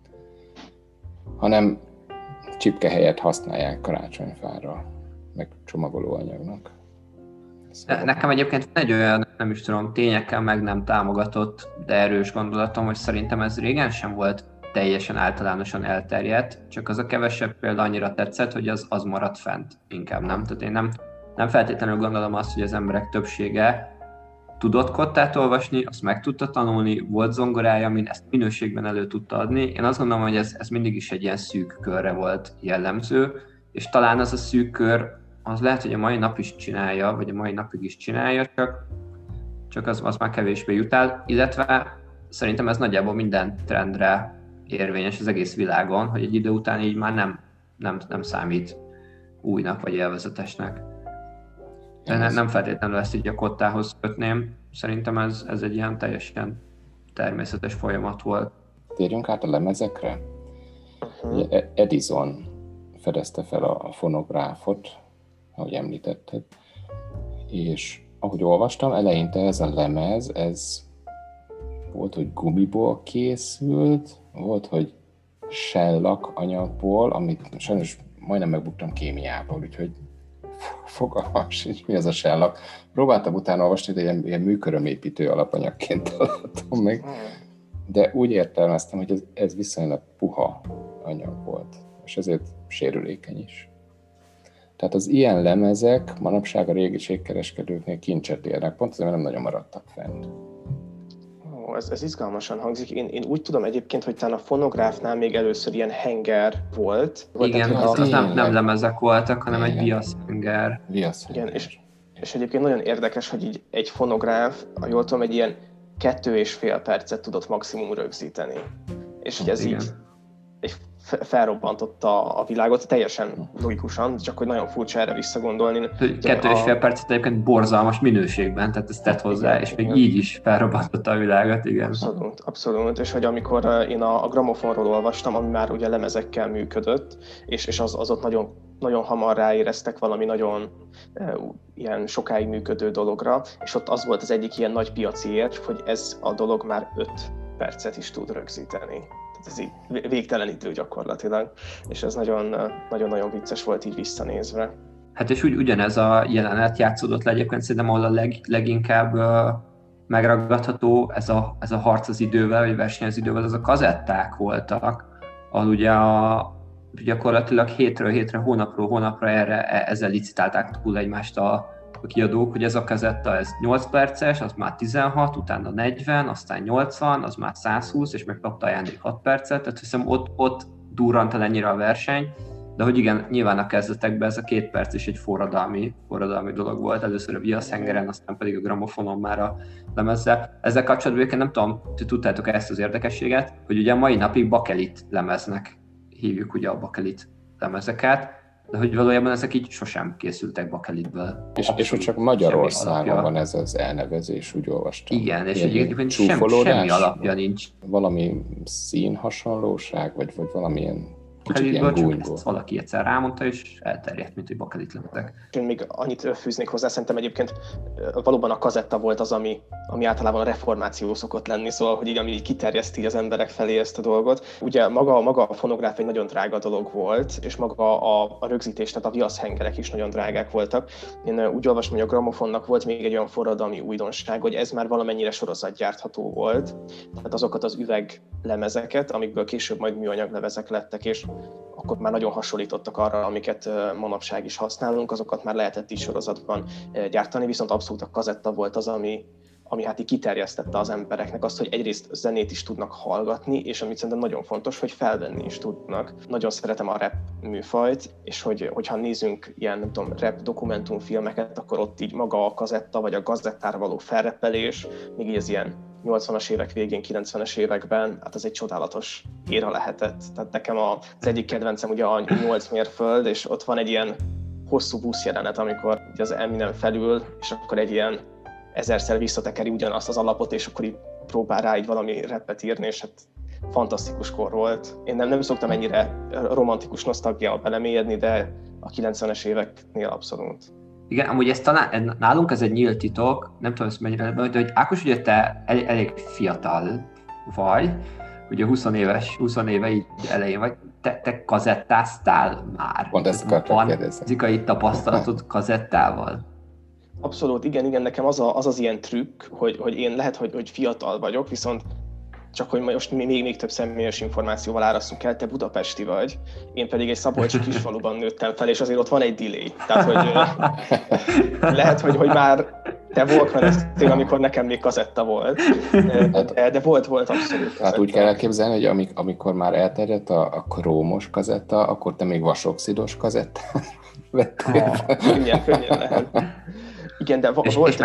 Hanem csipke helyett használják karácsonyfára, meg csomagolóanyagnak. Nekem egyébként van egy olyan, nem is tudom, tényekkel meg nem támogatott, de erős gondolatom, hogy szerintem ez régen sem volt teljesen általánosan elterjedt, csak az a kevesebb példa annyira tetszett, hogy az maradt fent, inkább nem. Tehát én nem feltétlenül gondolom azt, hogy az emberek többsége tudott kottát olvasni, azt meg tudta tanulni, volt zongorája, amin ezt minőségben elő tudta adni. Én azt gondolom, hogy ez mindig is egy ilyen szűk körre volt jellemző, és talán az a szűk kör, az lehet, hogy a mai nap is csinálja, vagy a mai napig is csinálja, csak az már kevésbé jut el, illetve szerintem ez nagyjából minden trendre érvényes az egész világon, hogy egy idő után így már nem számít újnak vagy élvezetesnek. De nem feltétlenül ezt így a kottához kötném, szerintem ez egy ilyen teljesen természetes folyamat volt. Térjünk át a lemezekre. Edison fedezte fel a fonográfot, ahogy említetted, és ahogy olvastam, eleinte ez a lemez, ez volt, hogy gumiból készült, volt, hogy sellak anyagból, amit sajnos majdnem megbuktam kémiából, úgyhogy fogalmam sincs, mi az a sellak. Próbáltam utána olvasni, de ilyen műkörömépítő alapanyagként találtam meg, de úgy értelmeztem, hogy ez viszonylag puha anyag volt, és ezért sérülékeny is. Tehát az ilyen lemezek manapság a régiségkereskedőknél kincset érnek, pont azért nem nagyon maradtak fent. Ez izgalmasan hangzik. Én úgy tudom egyébként, hogy talán a fonográfnál még először ilyen henger volt. Igen, az nem lemezek voltak, hanem egy viaszhenger. Igen, és egyébként nagyon érdekes, hogy így egy fonográf, ha jól tudom, egy ilyen 2,5 percet tudott maximum rögzíteni. És hogy ez így felrobbantotta a világot, teljesen logikusan, csak hogy nagyon furcsa erre visszagondolni. 2,5 percet egyébként borzalmas minőségben, tehát ezt tett hozzá, igen, és még így is felrobbantotta a világot, igen. Abszolút, és hogy amikor én a gramofonról olvastam, ami már ugye lemezekkel működött, és az ott nagyon, nagyon hamar ráéreztek valami nagyon ilyen sokáig működő dologra, és ott az volt az egyik ilyen nagy piaci érv, hogy ez a dolog már 5 percet is tud rögzíteni. Ez így végtelenítő gyakorlatilag, és ez nagyon-nagyon vicces volt így visszanézve. Hát és ugyanez a jelenet játszódott le egyébként szerintem, ahol a leginkább megragadható ez a harc az idővel, vagy verseny az idővel, az a kazetták voltak, ahol ugye gyakorlatilag hétről hétre, hónapról hónapra ezzel licitálták túl egymást a kiadók, hogy ez a kazetta, ez 8 perces, az már 16, utána 40, aztán 80, az már 120, és meg kapta ajándék 6 percet, tehát hiszem ott durrant el ennyire a verseny, de hogy igen, nyilván a kezdetekben ez a 2 perc is egy forradalmi dolog volt, először a viaszhengeren, aztán pedig a gramofonon már a lemezzel. Ezzel kapcsolatban nem tudom, ti tudtátok ezt az érdekességet, hogy ugye a mai napig bakelit lemeznek hívjuk ugye a bakelit lemezeket, de hogy valójában ezek így sosem készültek bakelitből. És hogy csak Magyarországon van ez az elnevezés, úgy olvastam. Igen, és egyébként semmi alapja nincs. Valami színhasonlóság, vagy valamilyen kicsit ilyen bakelitből, gúnyból. csak ezt valaki egyszer rámondta, és elterjedt, mint hogy bakelit lemezek. Én még annyit fűznék hozzá, szerintem egyébként valóban a kazetta volt az, ami általában a reformáció szokott lenni, szóval, hogy így, ami kiterjeszti az emberek felé ezt a dolgot. Ugye maga a fonográf egy nagyon drága dolog volt, és maga a rögzítés, tehát a viaszhengerek is nagyon drágák voltak. Én úgy olvastam, hogy a gramofonnak volt még egy olyan forradalmi újdonság, hogy ez már valamennyire sorozatgyártható volt. Tehát azokat az üveglemezeket, amikből később majd műanyaglemezek lettek, és akkor már nagyon hasonlítottak arra, amiket manapság is használunk, azokat már lehetett is sorozatban gyártani, viszont abszolút a kazetta volt az, ami hát így kiterjesztette az embereknek azt, hogy egyrészt zenét is tudnak hallgatni, és amit szerintem nagyon fontos, hogy felvenni is tudnak. Nagyon szeretem a rap műfajt, és hogyha nézzünk ilyen, nem tudom, rap dokumentumfilmeket, akkor ott így maga a kazetta, vagy a gazettára való felreppelés, még így az ilyen 80-as évek végén, 90-es években, hát ez egy csodálatos éra lehetett. Tehát nekem az egyik kedvencem ugye a 8 mérföld, és ott van egy ilyen hosszú buszjelenet, amikor az Eminem felül, és akkor egy ilyen 1000-szer visszatekeri ugyanazt az alapot, és akkor így próbál rá így valami rappet írni, és hát fantasztikus kor volt. Én nem szoktam ennyire romantikus nosztalgiával belemélyedni, de a 90-es éveknél abszolút. Igen, amúgy ez talán nálunk ez egy nyílt titok, nem tudom, ezt mennyire de hogy Ákos, ugye te elég fiatal vagy, ugye 20 éve így elején vagy, te kazettáztál már? Pont ezt akartam kérdezni. Fizikai tapasztalatod kazettával? Abszolút, igen, nekem az ilyen trükk, hogy én lehet, hogy fiatal vagyok, viszont csak hogy most még több személyes információval árasszuk el, te budapesti vagy, én pedig egy szabolcsi kisfaluban nőttem fel, és azért ott van egy delay. Tehát, hogy lehet, hogy már te Walkman-eztél, amikor nekem még kazetta volt, de volt abszolút. Hát úgy kell elképzelni, hogy amikor már elterjedt a krómos kazetta, akkor te még vasoxidos kazettát vettél. Könnyen lehet. Igen, de volt...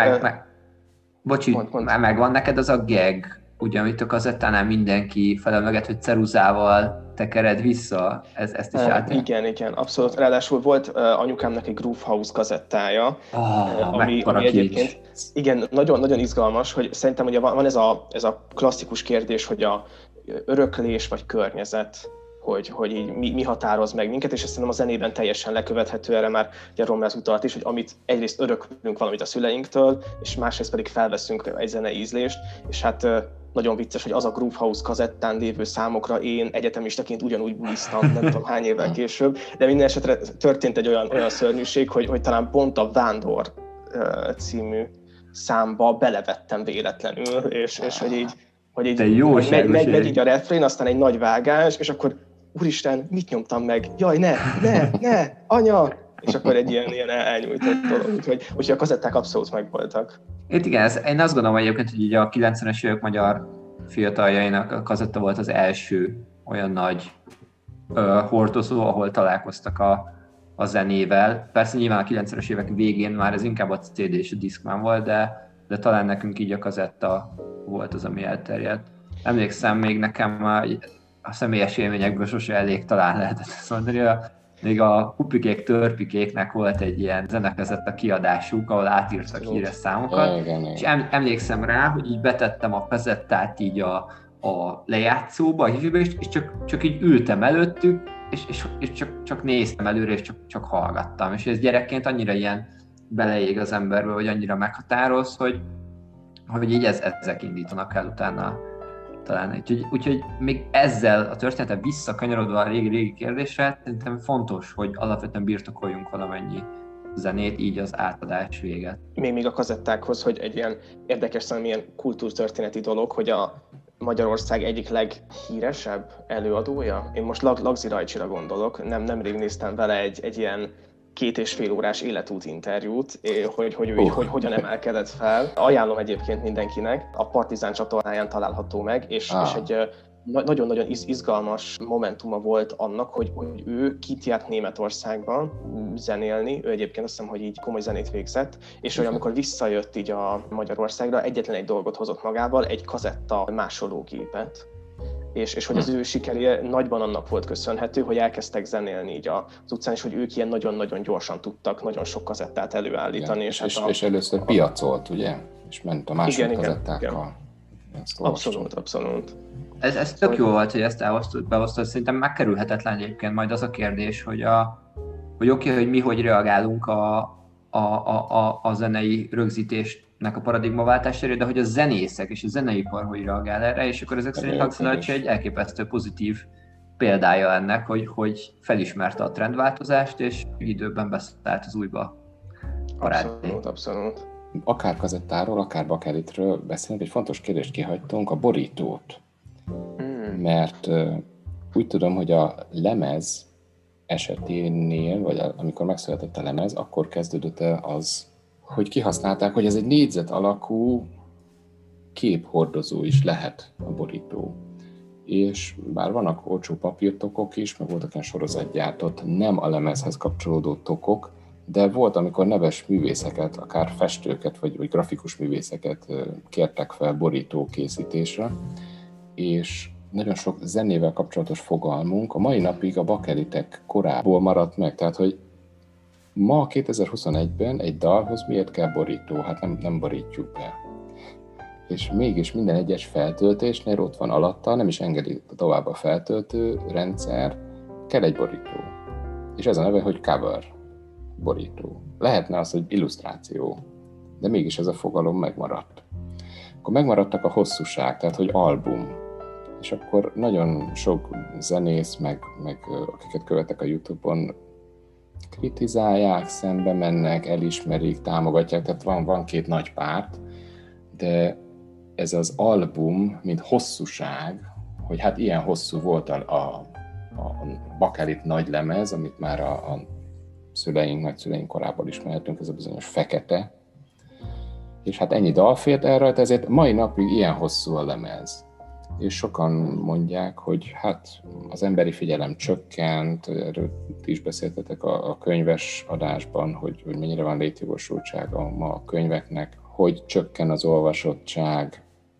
Megvan neked az a gag, ugye, amit a kazettánál mindenki felemleget, hogy ceruzával tekered vissza, ezt is Igen, abszolút. Ráadásul volt anyukámnak egy Groove House kazettája, ami egyébként igen, nagyon izgalmas, hogy szerintem ugye van ez a klasszikus kérdés, hogy a öröklés vagy környezet, hogy így mi határoz meg minket, és ezt szerintem a zenében teljesen lekövethető, erre már ugye Romlász utalt is, hogy amit egyrészt öröklünk valamit a szüleinktől, és másrészt pedig felveszünk egy zenei ízlést, és hát nagyon vicces, hogy az a Groove House kazettán lévő számokra én egyetemistaként ugyanúgy buliztam, nem tudom hány évvel később, de minden esetre történt egy olyan szörnyűség, hogy talán pont a Vándor című számba belevettem véletlenül, és hogy így megy így a refrén, aztán egy nagy vágás, és akkor úristen, mit nyomtam meg? Jaj, ne, anya! És akkor egy ilyen elnyújtott dolog, úgyhogy a kazetták abszolút megvoltak. Igen, én azt gondolom egyébként, hogy ugye a 90-es évek magyar fiataljainak a kazetta volt az első olyan nagy hordozó, ahol találkoztak a zenével. Persze nyilván a 90-es évek végén már ez inkább a CD és a Discman volt, de talán nekünk így a kazetta volt az, ami elterjedt. Emlékszem még nekem a személyes élményekből sose elég talán lehetett ezt mondani, még a Pupikék Törpikéknek volt egy ilyen zenekazetta kiadásuk, ahol átírtak híres számokat, igen. És emlékszem rá, hogy így betettem a kazettát így a lejátszóba, a hívőbe, és csak így ültem előttük, és csak néztem előre, és csak hallgattam. És ez gyerekként annyira ilyen beleég az emberbe, vagy annyira meghatároz, hogy így ezek indítanak el utána talán. Úgyhogy még ezzel a történetet visszakanyarodva a régi kérdésre, szerintem fontos, hogy alapvetően birtokoljunk valamennyi zenét, így az átadás véget. Még a kazettákhoz, hogy egy ilyen érdekes szám, ilyen kultúrtörténeti dolog, hogy a Magyarország egyik leghíresebb előadója. Én most Lagzi Rajcsira gondolok, nemrég néztem vele egy ilyen 2,5 órás életút interjút, hogy ő hogyan emelkedett fel. Ajánlom egyébként mindenkinek, a Partizán csatornáján található meg, és egy nagyon-nagyon izgalmas momentuma volt annak, hogy ő kint járt Németországban zenélni, ő egyébként azt hiszem, hogy így komoly zenét végzett, és hogy amikor visszajött így a Magyarországra, egyetlen egy dolgot hozott magával, egy kazetta másológépet, és hogy az ő sikerje nagyban annak volt köszönhető, hogy elkezdtek zenélni így az utcán, és hogy ők ilyen nagyon-nagyon gyorsan tudtak nagyon sok kazettát előállítani. Igen, és először piacolt, ugye? És ment a második kazettákkal. Igen. Abszolút. Ez tök jó volt, hogy ezt beosztod, szerintem megkerülhetetlen egyébként majd az a kérdés, hogy oké, hogy mi hogy reagálunk a zenei rögzítésnek a paradigmaváltására, de hogy a zenészek és a zeneipar hogy reagál erre, és akkor ezek szerint Lagzi Rajcsi egy elképesztő pozitív példája ennek, hogy felismerte a trendváltozást, és időben beszállt az újba parádé. Abszolút. Akár kazettáról, akár bakelitről beszélünk, egy fontos kérdést kihagytunk, a borítót. Mert úgy tudom, hogy a lemez eseténél, vagy amikor megszületett a lemez, akkor kezdődött az, hogy kihasználták, hogy ez egy négyzet alakú képhordozó is lehet a borító. És bár vannak olcsó papírtokok is, meg voltak ilyen sorozatgyártott, nem a lemezhez kapcsolódó tokok, de volt, amikor neves művészeket, akár festőket, vagy grafikus művészeket kértek fel borító készítésre, és nagyon sok zenével kapcsolatos fogalmunk a mai napig a bakelitek korából maradt meg. Tehát, hogy ma 2021-ben egy dalhoz miért kell borító? Hát nem borítjuk be. És mégis minden egyes feltöltésnél ott van alatta, nem is engedi tovább a feltöltő rendszer, kell egy borító. És ez a neve, hogy cover, borító. Lehetne az, hogy illusztráció, de mégis ez a fogalom megmaradt. Akkor megmaradtak a hosszúság, tehát, hogy album. És akkor nagyon sok zenész, meg akiket követek a YouTube-on, kritizálják, szembe mennek, elismerik, támogatják, tehát van két nagy párt, de ez az album, mint hosszúság, hogy hát ilyen hosszú volt a bakelit nagy lemez, amit már a nagyszüleink korábban ismerhetünk, ez a bizonyos fekete, és hát ennyi dal fért el rajta, ezért mai napig ilyen hosszú a lemez. És sokan mondják, hogy hát az emberi figyelem csökkent, erről ti is beszéltetek a könyves adásban, hogy mennyire van létjogosultsága ma a könyveknek, hogy csökken az olvasottság,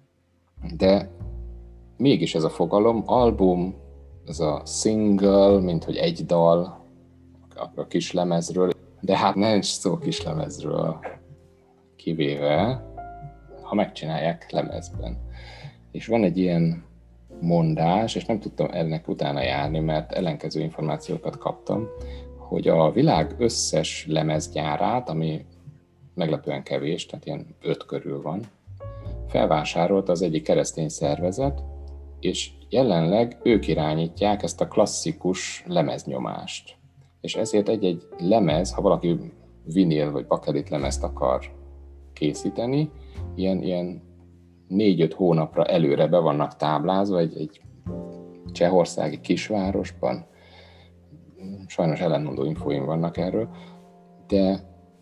de mégis ez a fogalom, album, ez a single, mint hogy egy dal a kis lemezről, de hát nincs szó kis lemezről, kivéve, ha megcsinálják lemezben. És van egy ilyen mondás, és nem tudtam ennek utána járni, mert ellenkező információkat kaptam, hogy a világ összes lemezgyárát, ami meglepően kevés, tehát ilyen 5 körül van, felvásárolta az egyik keresztény szervezet, és jelenleg ők irányítják ezt a klasszikus lemeznyomást. És ezért egy lemez, ha valaki vinil vagy bakelit lemezt akar készíteni, ilyen 4-5 hónapra előre be vannak táblázva egy csehországi kisvárosban. Sajnos ellentmondó infóim vannak erről, de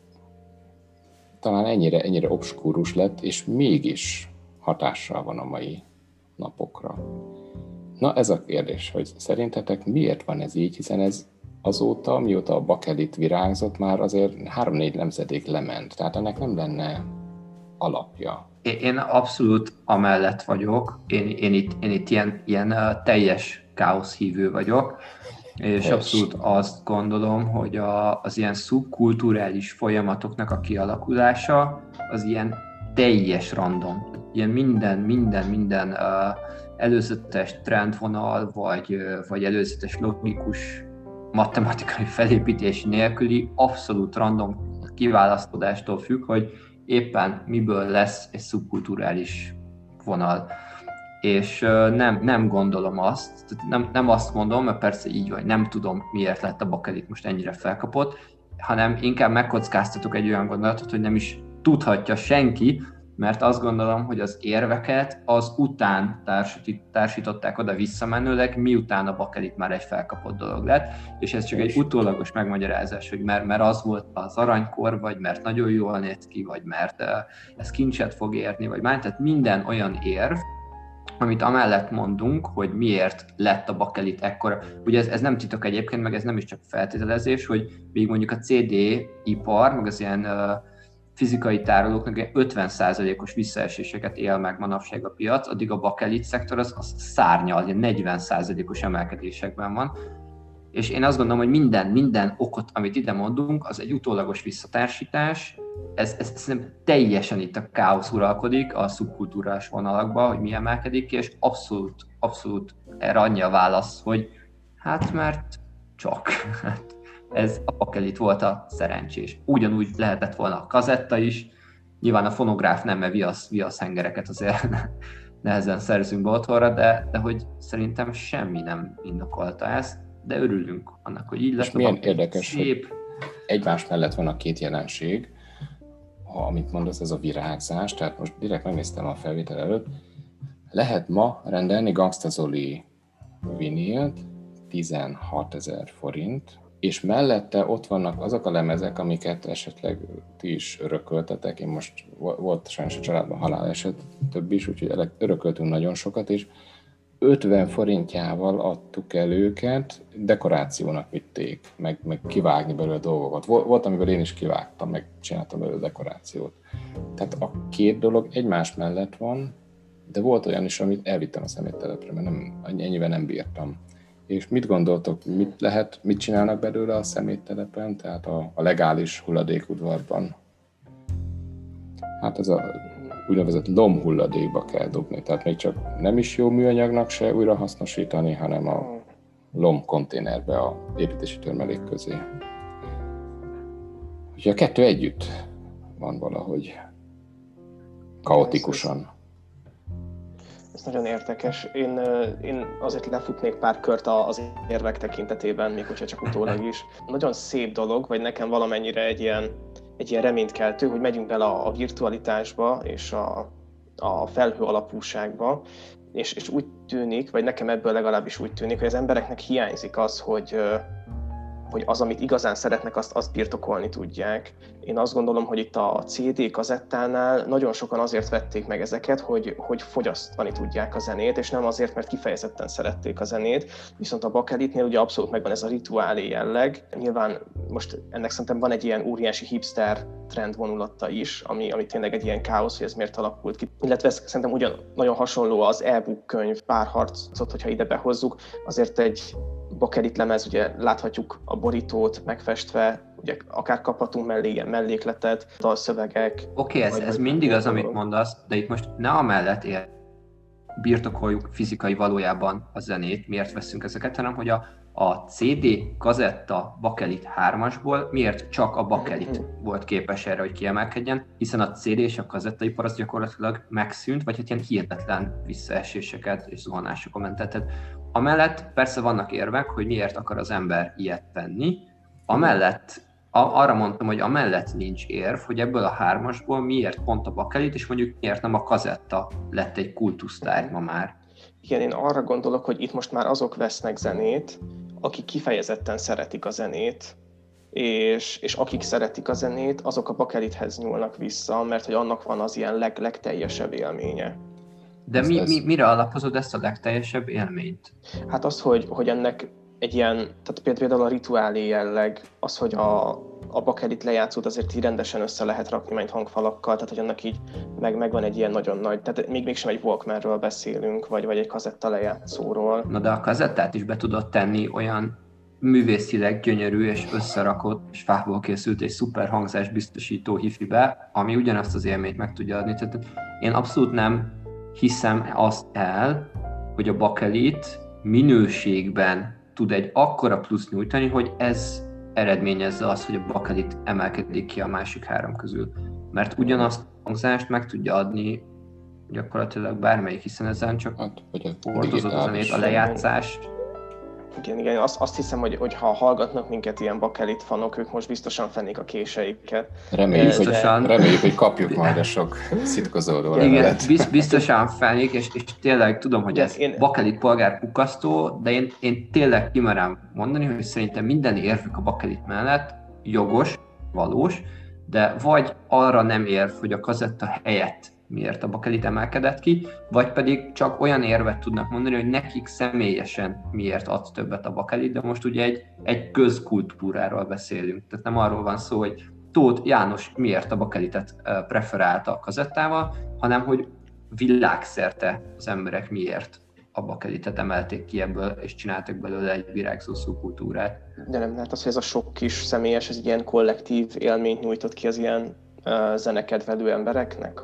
talán ennyire obskúrus lett, és mégis hatással van a mai napokra. Na ez a kérdés, hogy szerintetek miért van ez így, hiszen ez azóta, mióta a bakelit virágzott, már azért 3-4 nemzedék lement, tehát ennek nem lenne alapja. Én abszolút amellett vagyok, én itt ilyen teljes káosz hívő vagyok, és abszolút azt gondolom, hogy az ilyen szubkulturális folyamatoknak a kialakulása az ilyen teljes random. Ilyen minden előzetes trendvonal, vagy előzetes logikus matematikai felépítés nélküli abszolút random kiválasztódástól függ, hogy éppen miből lesz egy szubkulturális vonal. És nem gondolom azt, nem azt mondom, mert persze így vagy, nem tudom, miért lett a bakelit most ennyire felkapott. hanem inkább megkockáztatok egy olyan gondolatot, hogy nem is tudhatja senki, mert azt gondolom, hogy az érveket az után társították oda visszamenőleg, miután a bakelit már egy felkapott dolog lett, és ez csak egy utólagos megmagyarázás, hogy mert az volt az aranykor, vagy mert nagyon jól néz ki, vagy mert ez kincset fog érni, vagy már, tehát minden olyan érv, amit amellett mondunk, hogy miért lett a bakelit ekkora. Ugye ez nem titok egyébként, meg ez nem is csak feltételezés, hogy még mondjuk a CD-ipar, meg az ilyen fizikai tárolóknak 50%-os visszaeséseket él meg manapság a piac, addig a bakelit szektor az szárnyal, 40%-os emelkedésekben van. És én azt gondolom, hogy minden okot, amit ide mondunk, az egy utólagos visszatársítás. Ez nem teljesen itt a káosz uralkodik a szubkultúrás vonalakban, hogy mi emelkedik ki, és abszolút erre annyi a válasz, hogy hát mert csak. Ez a bakelit volt a szerencsés. Ugyanúgy lehetett volna a kazetta is, nyilván a fonográf nem, mert viasz hengereket azért nehezen szerzünk be otthonra, de hogy szerintem semmi nem indokolta ezt, de örülünk annak, hogy így lett. És milyen érdekes, szép. Hogy egymás mellett van a két jelenség, amit mondasz, ez a virágzás, tehát most direkt megnéztem a felvétel előtt, lehet ma rendelni Gangsta Zoli vinilt 16 000 forint, és mellette ott vannak azok a lemezek, amiket esetleg ti is örököltetek. Én most volt sajnos a családban haláleset, több is, úgyhogy örököltünk nagyon sokat, és 50 forintjával adtuk el őket, dekorációnak vitték, meg kivágni belőle dolgokat. Volt, amiből én is kivágtam, meg csináltam belőle dekorációt. Tehát a két dolog egymás mellett van, de volt olyan is, amit elvittem a szeméttelepre, mert ennyivel nem bírtam. És mit gondoltok, mit csinálnak belőle a szeméttelepen, tehát a legális hulladékudvarban? Hát ez a úgynevezett lomhulladékba kell dobni, tehát még csak nem is jó műanyagnak se újra hasznosítani, hanem a lomkonténerbe a építési termelék közé. Úgyhogy a kettő együtt van valahogy kaotikusan. Ez nagyon érdekes. Én azért lefutnék pár kört az érvek tekintetében, még hogyha csak utólag is. Nagyon szép dolog, vagy nekem valamennyire egy ilyen reménykeltő, hogy megyünk bele a virtualitásba és a felhő alapúságba, és úgy tűnik, vagy nekem ebből legalábbis úgy tűnik, hogy az embereknek hiányzik az, hogy az, amit igazán szeretnek, azt birtokolni tudják. Én azt gondolom, hogy itt a CD kazettánál nagyon sokan azért vették meg ezeket, hogy fogyasztani tudják a zenét, és nem azért, mert kifejezetten szerették a zenét. Viszont a bakelitnél ugye abszolút megvan ez a rituálé jelleg. Nyilván most ennek szerintem van egy ilyen óriási hipster trendvonulata is, ami tényleg egy ilyen káosz, hogy ez miért alakult ki. Illetve ez szerintem ugyan nagyon hasonló az e-book könyv párharcot, hogyha ide behozzuk, azért egy bakelit lemez, ugye láthatjuk a borítót megfestve, ugye akár kaphatunk mellé ilyen mellékletet, dalszövegek. Oké, ez mindig az, amit mondasz, de itt most ne amellett birtokoljuk fizikai valójában a zenét, miért veszünk ezeket, hanem hogy a CD, kazetta, bakelit 3-asból miért csak a bakelit volt képes erre, hogy kiemelkedjen, hiszen a CD és a kazettaipar az gyakorlatilag megszűnt, vagy hát ilyen hihetetlen visszaeséseket és zuhanásokon ment. Tehát amellett persze vannak érvek, hogy miért akar az ember ilyet tenni, amellett arra mondtam, hogy amellett nincs érv, hogy ebből a 3-asból miért pont a bakelit, és mondjuk miért nem a kazetta lett egy kultusztárgy ma már. Igen, én arra gondolok, hogy itt most már azok vesznek zenét, akik kifejezetten szeretik a zenét, és akik szeretik a zenét, azok a bakelithez nyúlnak vissza, mert hogy annak van az ilyen legteljesebb élménye. De mire alapozod ezt a legteljesebb élményt? Hát az, hogy ennek egy ilyen, tehát például a rituálé jelleg, az, hogy a bakelit lejátszót azért így rendesen össze lehet rakni majd hangfalakkal, tehát hogy annak így megvan egy ilyen nagyon nagy, tehát még sem egy Walkmanről beszélünk, vagy egy kazetta lejátszóról. Na de a kazettát is be tudod tenni olyan művészileg gyönyörű és összerakott és fából készült egy szuper hangzás biztosító hifibe, ami ugyanazt az élményt meg tudja adni. Tehát én abszolút nem hiszem azt el, hogy a bakelit minőségben tud egy akkora plusz nyújtani, hogy ez eredményezze azt, hogy a bakelit emelkedik ki a másik 3 közül. Mert ugyanazt a hangzást meg tudja adni gyakorlatilag bármelyik, hiszen ezen csak hordozott a zenét, a lejátszás. Igen, azt hiszem, hogy ha hallgatnak minket ilyen Bakelit fanok, ők most biztosan fennék a késeiket. Reméljük, hogy kapjuk majd a sok szitkozódó levelet. Igen, biztosan felik, és tényleg tudom, hogy ez Bakelit polgár kukasztó, de én tényleg kimerem mondani, hogy szerintem minden érvük a Bakelit mellett jogos, valós, de vagy arra nem érv, hogy a kazetta helyett miért a Bakelit emelkedett ki, vagy pedig csak olyan érvet tudnak mondani, hogy nekik személyesen miért ad többet a Bakelit, de most ugye egy közkultúráról beszélünk. Tehát nem arról van szó, hogy Tóth János miért a Bakelitet preferálta a kazettával, hanem hogy világszerte az emberek miért a Bakelitet emelték ki ebből, és csináltak belőle egy virágzó szubkultúrát. De nem lehet az, hogy ez a sok kis személyes, ez egy ilyen kollektív élményt nyújtott ki az ilyen zenekedvelő embereknek,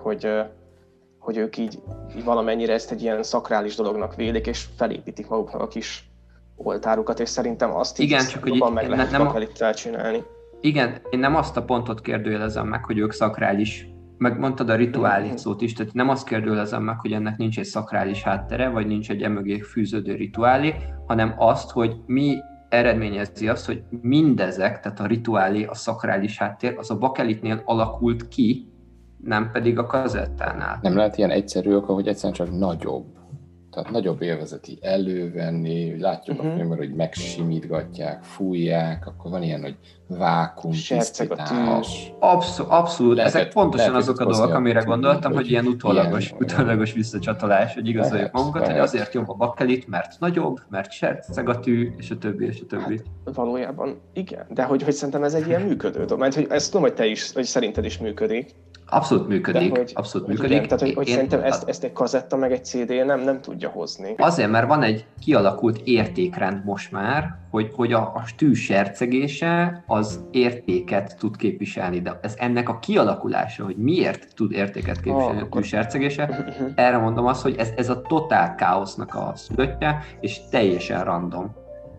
hogy ők így valamennyire ezt egy ilyen szakrális dolognak vélik, és felépítik maguknak a kis oltárukat, és szerintem azt igen, így jobban meg lehet Bakelittel csinálni. Igen, én nem azt a pontot kérdőjelezem meg, hogy ők szakrális, meg mondtad a rituális szót is, tehát nem azt kérdőjelezem meg, hogy ennek nincs egy szakrális háttere, vagy nincs egy emögé fűződő rituálé, hanem azt, hogy mi eredményezi azt, hogy mindezek, tehát a rituálé, a szakrális háttér, az a Bakelitnél alakult ki, nem pedig a kazettánál. Nem lehet ilyen egyszerű oka, hogy egyszerűen csak nagyobb. Tehát nagyobb élvezeti elővenni, látjuk a filmben, hogy megsimítgatják, fújják, akkor van ilyen, hogy vákum, tisztítás. Abszolút. Ezek pontosan azok a dolgok, amire gondoltam, hogy ilyen utólagos visszacsatolás, hogy igazoljuk magunkat, hogy azért jobb a Bakelit, mert nagyobb, mert serceg a tű, és a többi, és a többi. Hát, valójában igen, de hogy szerintem ez egy ilyen működő dolog, mert hogy ezt tudom, hogy te is, hogy szerinted is működik. Abszolút működik, abszolút működik. Igen, tehát, hogy szerintem ezt egy kazetta meg egy CD nem tudja hozni. Azért, mert van egy kialakult értékrend most már, hogy a tű sercegése az értéket tud képviselni, de ez ennek a kialakulása, hogy miért tud értéket képviselni a tű sercegése, erre mondom azt, hogy ez a totál káosznak a szülöttje, és teljesen random.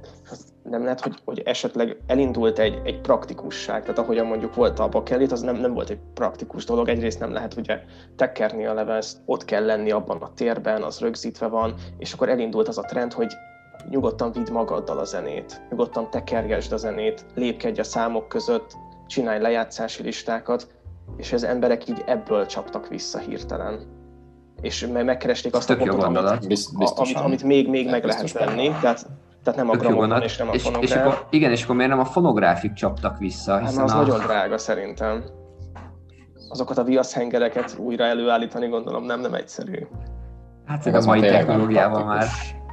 Nem lehet, hogy esetleg elindult egy praktikusság, tehát ahogyan mondjuk volt a Bakelit, az nem volt egy praktikus dolog. Egyrészt nem lehet ugye tekerni a levezt, ott kell lenni abban a térben, az rögzítve van, és akkor elindult az a trend, hogy nyugodtan vidd magaddal a zenét, nyugodtan tekergesd a zenét, lépkedj a számok között, csinálj lejátszási listákat, és az emberek így ebből csaptak vissza hirtelen. És megkeresték azt a pontot, amit még meg lehet venni. Tehát nem a gramofon és nem a fonográf. És akkor miért nem a fonográfig csaptak vissza? Hát az nagyon drága szerintem. Azokat a viaszhengereket újra előállítani gondolom nem egyszerű. Hát a mai technológiával már.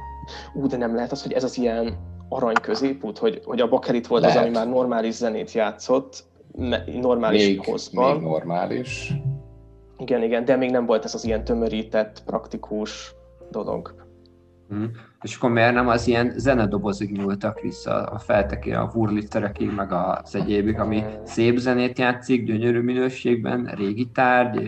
De nem lehet az, hogy ez az ilyen arany középút, hogy a Bakelit volt lehet. Az, ami már normális zenét játszott, normális hozban. Még normális. Igen, de még nem volt ez az ilyen tömörített, praktikus dolog. És akkor miért nem az ilyen zenedobozig nyúltak vissza a feltekére, a Wurlitzerekig, meg az egyébig, ami szép zenét játszik, gyönyörű minőségben, régi tárgy,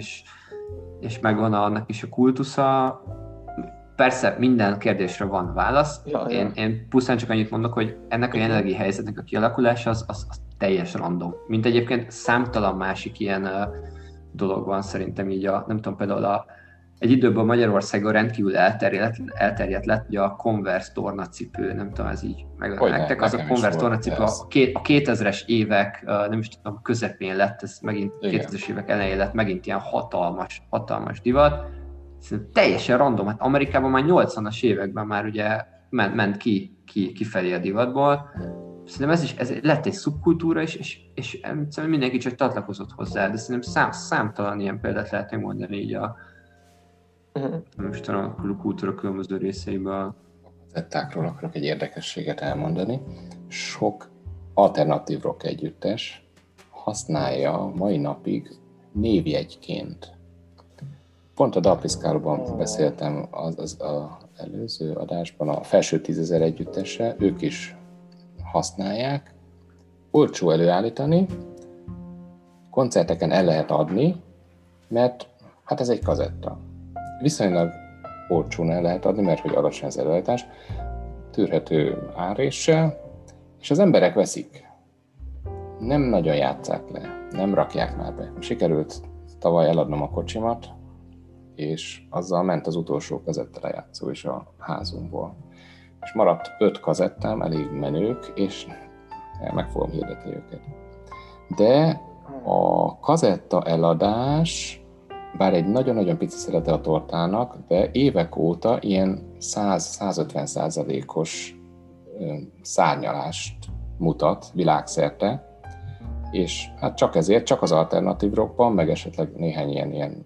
és megvan annak is a kultusza. Persze minden kérdésre van válasz. Én pusztán csak annyit mondok, hogy ennek a jelenlegi helyzetnek a kialakulása az teljes random. Mint egyébként számtalan másik ilyen dolog van szerintem így nem tudom, például egy időben Magyarországon rendkívül elterjedt lett ugye a Converse tornacipő, nem tudom, ez így nektek, az a Converse tornacipő a 2000-es évek, nem is tudom, közepén lett, ez megint 2000-es évek elején lett megint ilyen hatalmas divat. Szerintem teljesen random, hát Amerikában már 80-as években már ugye ment kifelé a divatból. Szerintem ez lett egy szubkultúra, és szerintem mindenki csak csatlakozott hozzá, de szerintem számtalan ilyen példát lehet megmondani így most a kultúra különböző részeiből. Zettákról akarok egy érdekességet elmondani. Sok alternatív rock együttes használja mai napig névjegyként. Pont a Dalpiszkálóban beszéltem az előző adásban a felső 10 000 együttese, ők is használják. Olcsó előállítani, koncerteken el lehet adni, mert hát ez egy kazetta. Viszonylag olcsón el lehet adni, mert hogy alacsony az előállítás, tűrhető áréssel, és az emberek veszik. Nem nagyon játsszák le, nem rakják már be. Sikerült tavaly eladnom a kocsimat, és azzal ment az utolsó kazettelejátszó is a házunkból. és maradt 5 kazettám, elég menők, és meg fogom hirdetni őket. De a kazetta eladás, bár egy nagyon-nagyon pici szerete a tortának, de évek óta ilyen 100-150%-os szárnyalást mutat világszerte, és hát csak ezért, csak az alternatív rockban, meg esetleg néhány ilyen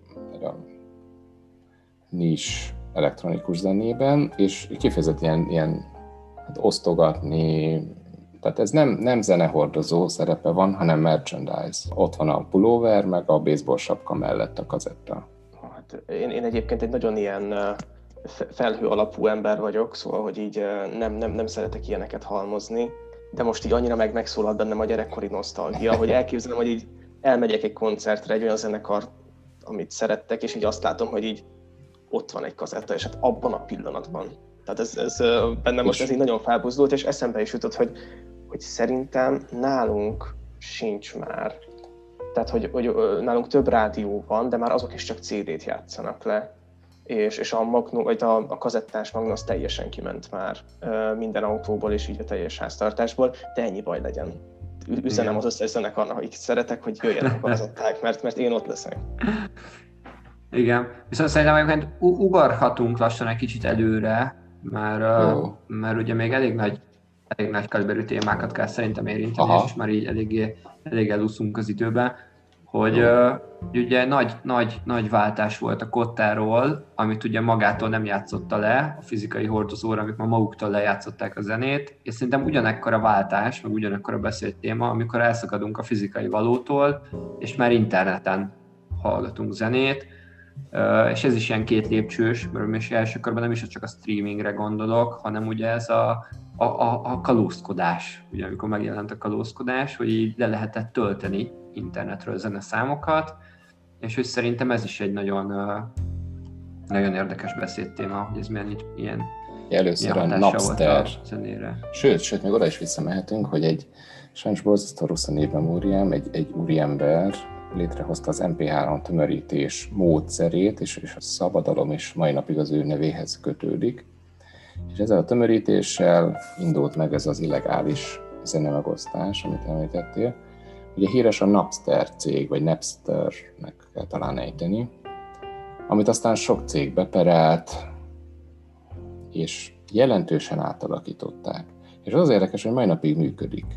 nis elektronikus zenében, és kifejezetten ilyen hát osztogatni, tehát ez nem zenehordozó szerepe van, hanem merchandise. Ott van a pulóver, meg a baseball sapka mellett a kazetta. Hát én egyébként egy nagyon ilyen felhő alapú ember vagyok, szóval, hogy így nem szeretek ilyeneket halmozni, de most így annyira megszólalt bennem a gyerekkori nosztalgia, hogy elképzelem, hogy így elmegyek egy koncertre, egy olyan zenekar, amit szerettek, és így azt látom, hogy így ott van egy kazetta, és hát abban a pillanatban. Tehát ez bennem most ez így nagyon felbuzdult, és eszembe is jutott, hogy szerintem nálunk sincs már. Tehát, hogy nálunk több rádió van, de már azok is csak CD-t játszanak le. És a kazettás magnó az teljesen kiment már minden autóból és így a teljes háztartásból, de ennyi baj legyen. Üzenem az összes zenekarnak, akik szeretek, hogy jöjjenek a kazetták, mert én ott leszek. Igen, viszont szerintem egyébként ugorhatunk lassan egy kicsit előre, mert ugye még elég nagy kaliberű témákat kell szerintem érinteni, és már így elég elúszunk az időben, hogy ugye nagy váltás volt a kottáról, amit ugye magától nem játszotta le, a fizikai hordozóra, amik már maguktól lejátszották a zenét, és szerintem ugyanekkora váltás, meg ugyanekkora beszélt téma, amikor elszakadunk a fizikai valótól, és már interneten hallgatunk zenét, és ez is ilyen két lépcsős, mert első körben nem is csak a streamingre gondolok, hanem ugye ez a kalózkodás, ugye amikor megjelent a kalózkodás, hogy így le lehetett tölteni internetről zeneszámokat, és hogy szerintem ez is egy nagyon érdekes beszédtéma, hogy ez milyen ilyen először a Napster zenére. Sőt, még oda is visszamehetünk, hogy egy sajnos borzasztó rossz a névmemóriám, egy úriember létrehozta az MP3 tömörítés módszerét, és a szabadalom is mai napig az ő nevéhez kötődik. És ezzel a tömörítéssel indult meg ez az illegális zenemegosztás, amit említettél. Ugye híres a Napster cég, vagy Napsternek kell talán ejteni, amit aztán sok cég beperelt, és jelentősen átalakították. És az érdekes, hogy mai napig működik.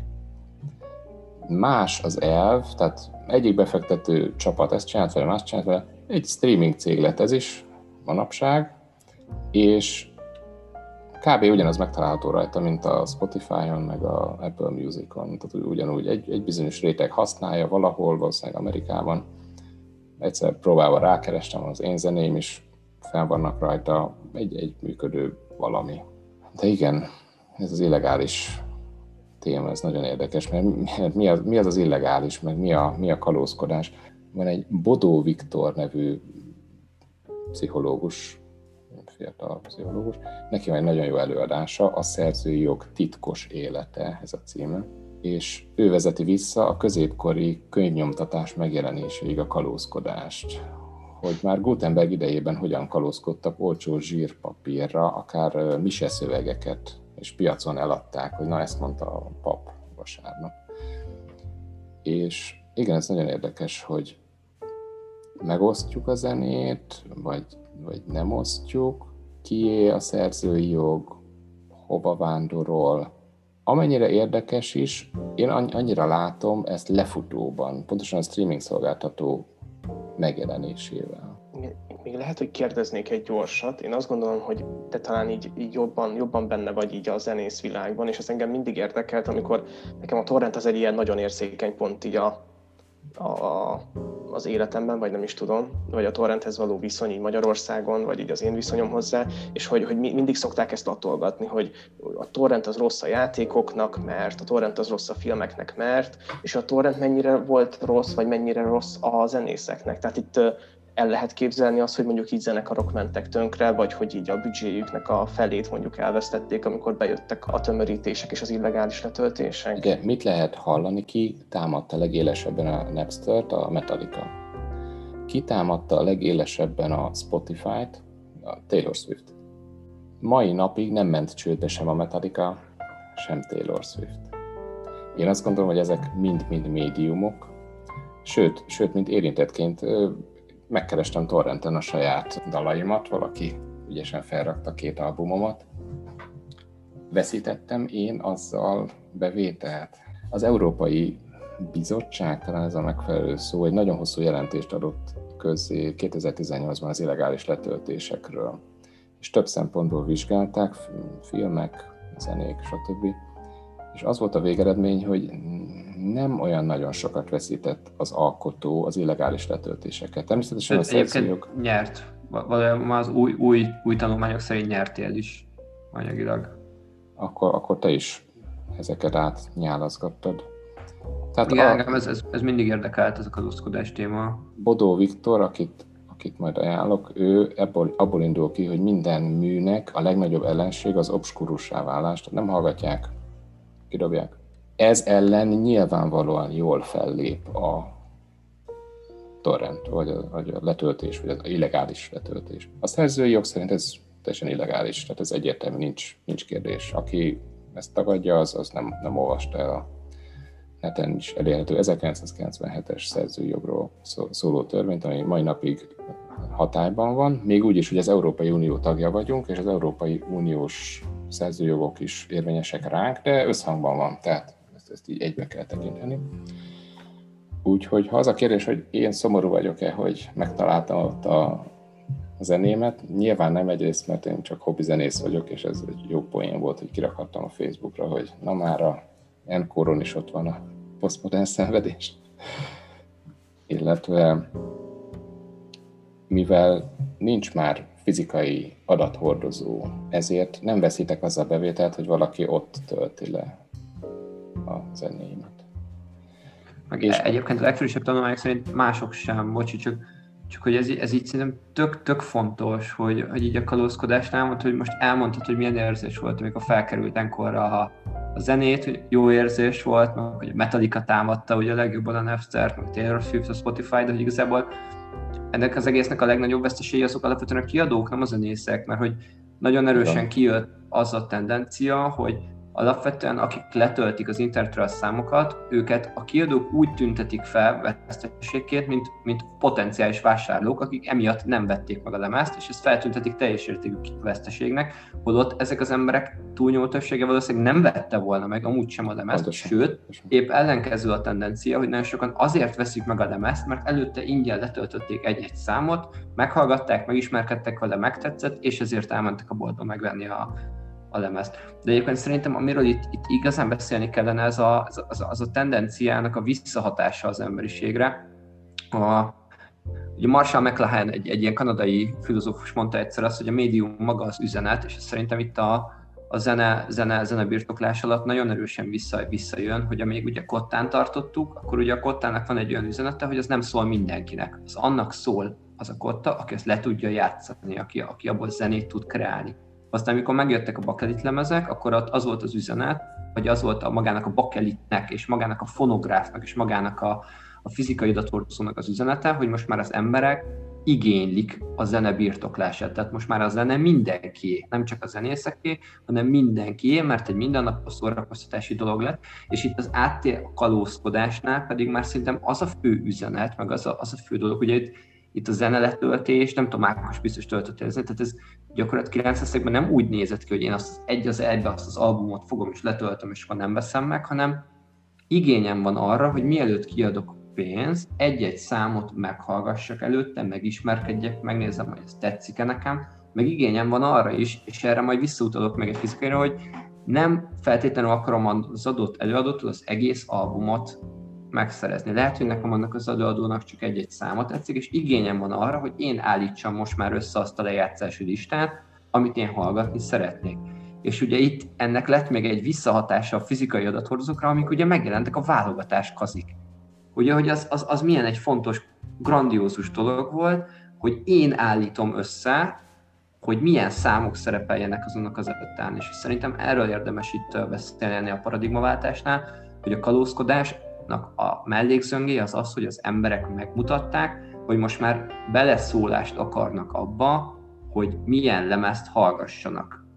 Más az elv, tehát egyik befektető csapat ezt csinált vele, más csinált vele, egy streaming cég lett ez is manapság, és kb. Ugyanaz megtalálható rajta, mint a Spotify-on, meg a Apple Music-on. Tehát ugyanúgy egy bizonyos réteg használja valahol, valószínűleg Amerikában. Egyszer próbálva rákerestem, az én zeném is fel vannak rajta, egy működő valami. De igen, ez az illegális téma, ez nagyon érdekes, mert mi az illegális, meg mi a kalózkodás. Van egy Bodó Viktor nevű pszichológus, fiatal pszichológus, neki van egy nagyon jó előadása, a szerzői jog titkos élete, ez a címe, és ő vezeti vissza a középkori könyvnyomtatás megjelenéséig a kalózkodást, hogy már Gutenberg idejében hogyan kalózkodtak olcsó zsírpapírra, akár miseszövegeket, és piacon eladták, hogy na ezt mondta a pap vasárnap. És igen, ez nagyon érdekes, hogy megosztjuk a zenét, vagy nem osztjuk, kié a szerzői jog, hova vándorol. Amennyire érdekes is, én annyira látom ezt lefutóban, pontosan a streaming szolgáltató megjelenésével. Még lehet, hogy kérdeznék egy gyorsat. Én azt gondolom, hogy te talán így jobban benne vagy így a zenész világban, és ez engem mindig érdekelt, amikor nekem a torrent az egy ilyen nagyon érzékeny pont így az életemben, vagy nem is tudom, vagy a torrenthez való viszony így Magyarországon, vagy így az én viszonyom hozzá, és hogy mindig szokták ezt latolgatni, hogy a torrent az rossz a játékoknak, mert a torrent az rossz a filmeknek, mert, és a torrent mennyire volt rossz, vagy mennyire rossz a zenészeknek. Tehát itt el lehet képzelni azt, hogy mondjuk így zenekarok mentek tönkre, vagy hogy így a büdzséjüknek a felét mondjuk elvesztették, amikor bejöttek a tömörítések és az illegális letöltések. Igen, mit lehet hallani? Ki támadta legélesebben a Napstert? A Metallica. Ki támadta a legélesebben a Spotify-t? A Taylor Swift. mai napig nem ment csődbe sem a Metallica, sem Taylor Swift. Én azt gondolom, hogy ezek mind-mind médiumok, sőt, mint érintettként megkerestem torrenten a saját dalaimat, valaki ügyesen felrakta 2 albumomat. Veszítettem én azzal bevételt. Az Európai Bizottság, talán ez a megfelelő szó, egy nagyon hosszú jelentést adott közzé 2018-ban az illegális letöltésekről. És több szempontból vizsgálták, filmek, zenék, stb. És az volt a végeredmény, hogy nem olyan nagyon sokat veszített az alkotó az illegális letöltéseket. Természetesen a szerzőjog... nyert. Valójában az új tanulmányok szerint nyertél is anyagilag. Akkor te is ezeket átnyálazgattad. Tehát igen, ez mindig érdekelt, ez a kalózkodás téma. Bodó Viktor, akit majd ajánlok, ő abból indul ki, hogy minden műnek a legnagyobb ellenség az obskurussá válás, nem hallgatják, kidobják. Ez ellen nyilvánvalóan jól fellép a torrent, vagy a letöltés, vagy az illegális letöltés. A szerzői jog szerint ez teljesen illegális, tehát ez egyértelmű, nincs kérdés. Aki ezt tagadja, az nem olvasta el a neten is elérhető 1997-es szerzői jogról szóló törvényt, ami mai napig hatályban van, még úgy is, hogy az Európai Unió tagja vagyunk, és az Európai Uniós szerzőjogok is érvényesek ránk, de összhangban van, tehát ezt így egybe kell tekinteni. Úgyhogy ha az a kérdés, hogy én szomorú vagyok-e, hogy megtaláltam ott a zenémet, nyilván nem egyrészt, mert én csak hobbizenész vagyok, és ez egy jó poén volt, hogy kirakhattam a Facebookra, hogy na már a Encore-on is ott van a posztmodern szenvedés. Illetve mivel nincs már fizikai adathordozó, ezért nem veszitek azzal bevételt, hogy valaki ott tölti le a zenéimet. És egyébként a legfrissebb tanulmányok szerint mások sem, bocsi, csak hogy ez így szerintem tök fontos, hogy így a kalózkodásnál mondta, hogy most elmondtad, hogy milyen érzés volt, amikor felkerült Encore-ra a zenét, hogy jó érzés volt, meg hogy a Metallica támadta ugye a legjobban a Napster, meg Taylor Swift, a Spotify, de hogy igazából ennek az egésznek a legnagyobb veszteségei azok alapvetően a kiadók, nem a zenészek, mert hogy nagyon erősen kijött az a tendencia, hogy alapvetően akik letöltik az internetre a számokat, őket a kiadók úgy tüntetik fel veszteségként, mint potenciális vásárlók, akik emiatt nem vették meg a lemezt, és ezt feltüntetik teljes értékű veszteségnek, holott ezek az emberek túlnyomó többsége valószínűleg nem vette volna meg amúgy sem a lemezt, sőt, épp ellenkező a tendencia, hogy nagyon sokan azért veszik meg a lemezt, mert előtte ingyen letöltötték egy-egy számot, meghallgatták, megismerkedtek vele, megtetszett, és ezért elmentek a boltba megvenni a lemezt. De egyébként szerintem, amiről itt igazán beszélni kellene, az a tendenciának a visszahatása az emberiségre. Ugye Marshall McLuhan, egy ilyen kanadai filozófus mondta egyszer azt, hogy a médium maga az üzenet, és szerintem itt a zene birtoklás alatt nagyon erősen visszajön, hogy amíg ugye kottán tartottuk, akkor ugye a kottának van egy olyan üzenete, hogy az nem szól mindenkinek. Az annak szól az a kotta, aki ezt le tudja játszani, aki abból zenét tud kreálni. Aztán, amikor megjöttek a bakelit lemezek, akkor az volt az üzenet, vagy az volt magának a bakelitnek, és magának a fonográfnak, és magának a fizikai adathordozónak az üzenete, hogy most már az emberek igénylik a zene birtoklását. Tehát most már a zene mindenkié, nem csak a zenészeké, hanem mindenkié, mert egy mindennapos szórakoztatási dolog lett, és itt az kalózkodásnál pedig már szerintem az a fő üzenet, meg az a fő dolog, ugye itt a zeneletöltés, nem tudom, Ákos biztos töltöttél ezen, tehát ez gyakorlatilag 90-ekben nem úgy nézett ki, hogy én azt az albumot fogom és letöltöm, és akkor nem veszem meg, hanem igényem van arra, hogy mielőtt kiadok pénzt, egy-egy számot meghallgassak előtte, megismerkedjek, megnézem, hogy ez tetszik-e nekem, meg igényem van arra is, és erre majd visszautalok meg egy fizikaira, hogy nem feltétlenül akarom az adott előadótól az egész albumot megszerezni. Lehet, hogy nekem annak az előadónak csak egy-egy száma tetszik, és igényem van arra, hogy én állítsam most már össze azt a lejátszási listát, amit én hallgatni szeretnék. És ugye itt ennek lett még egy visszahatása a fizikai adathordozókra, amik ugye megjelentek a válogatás kazik. Ugye, hogy az milyen egy fontos, grandiózus dolog volt, hogy én állítom össze, hogy milyen számok szerepeljenek azonnak az előttán. És szerintem erről érdemes itt beszélni a paradigmaváltásnál, hogy a kalózkodásnak a mellékszöngé az, hogy az emberek megmutatták, hogy most már beleszólást akarnak abba, hogy milyen lemezt hallgassanak.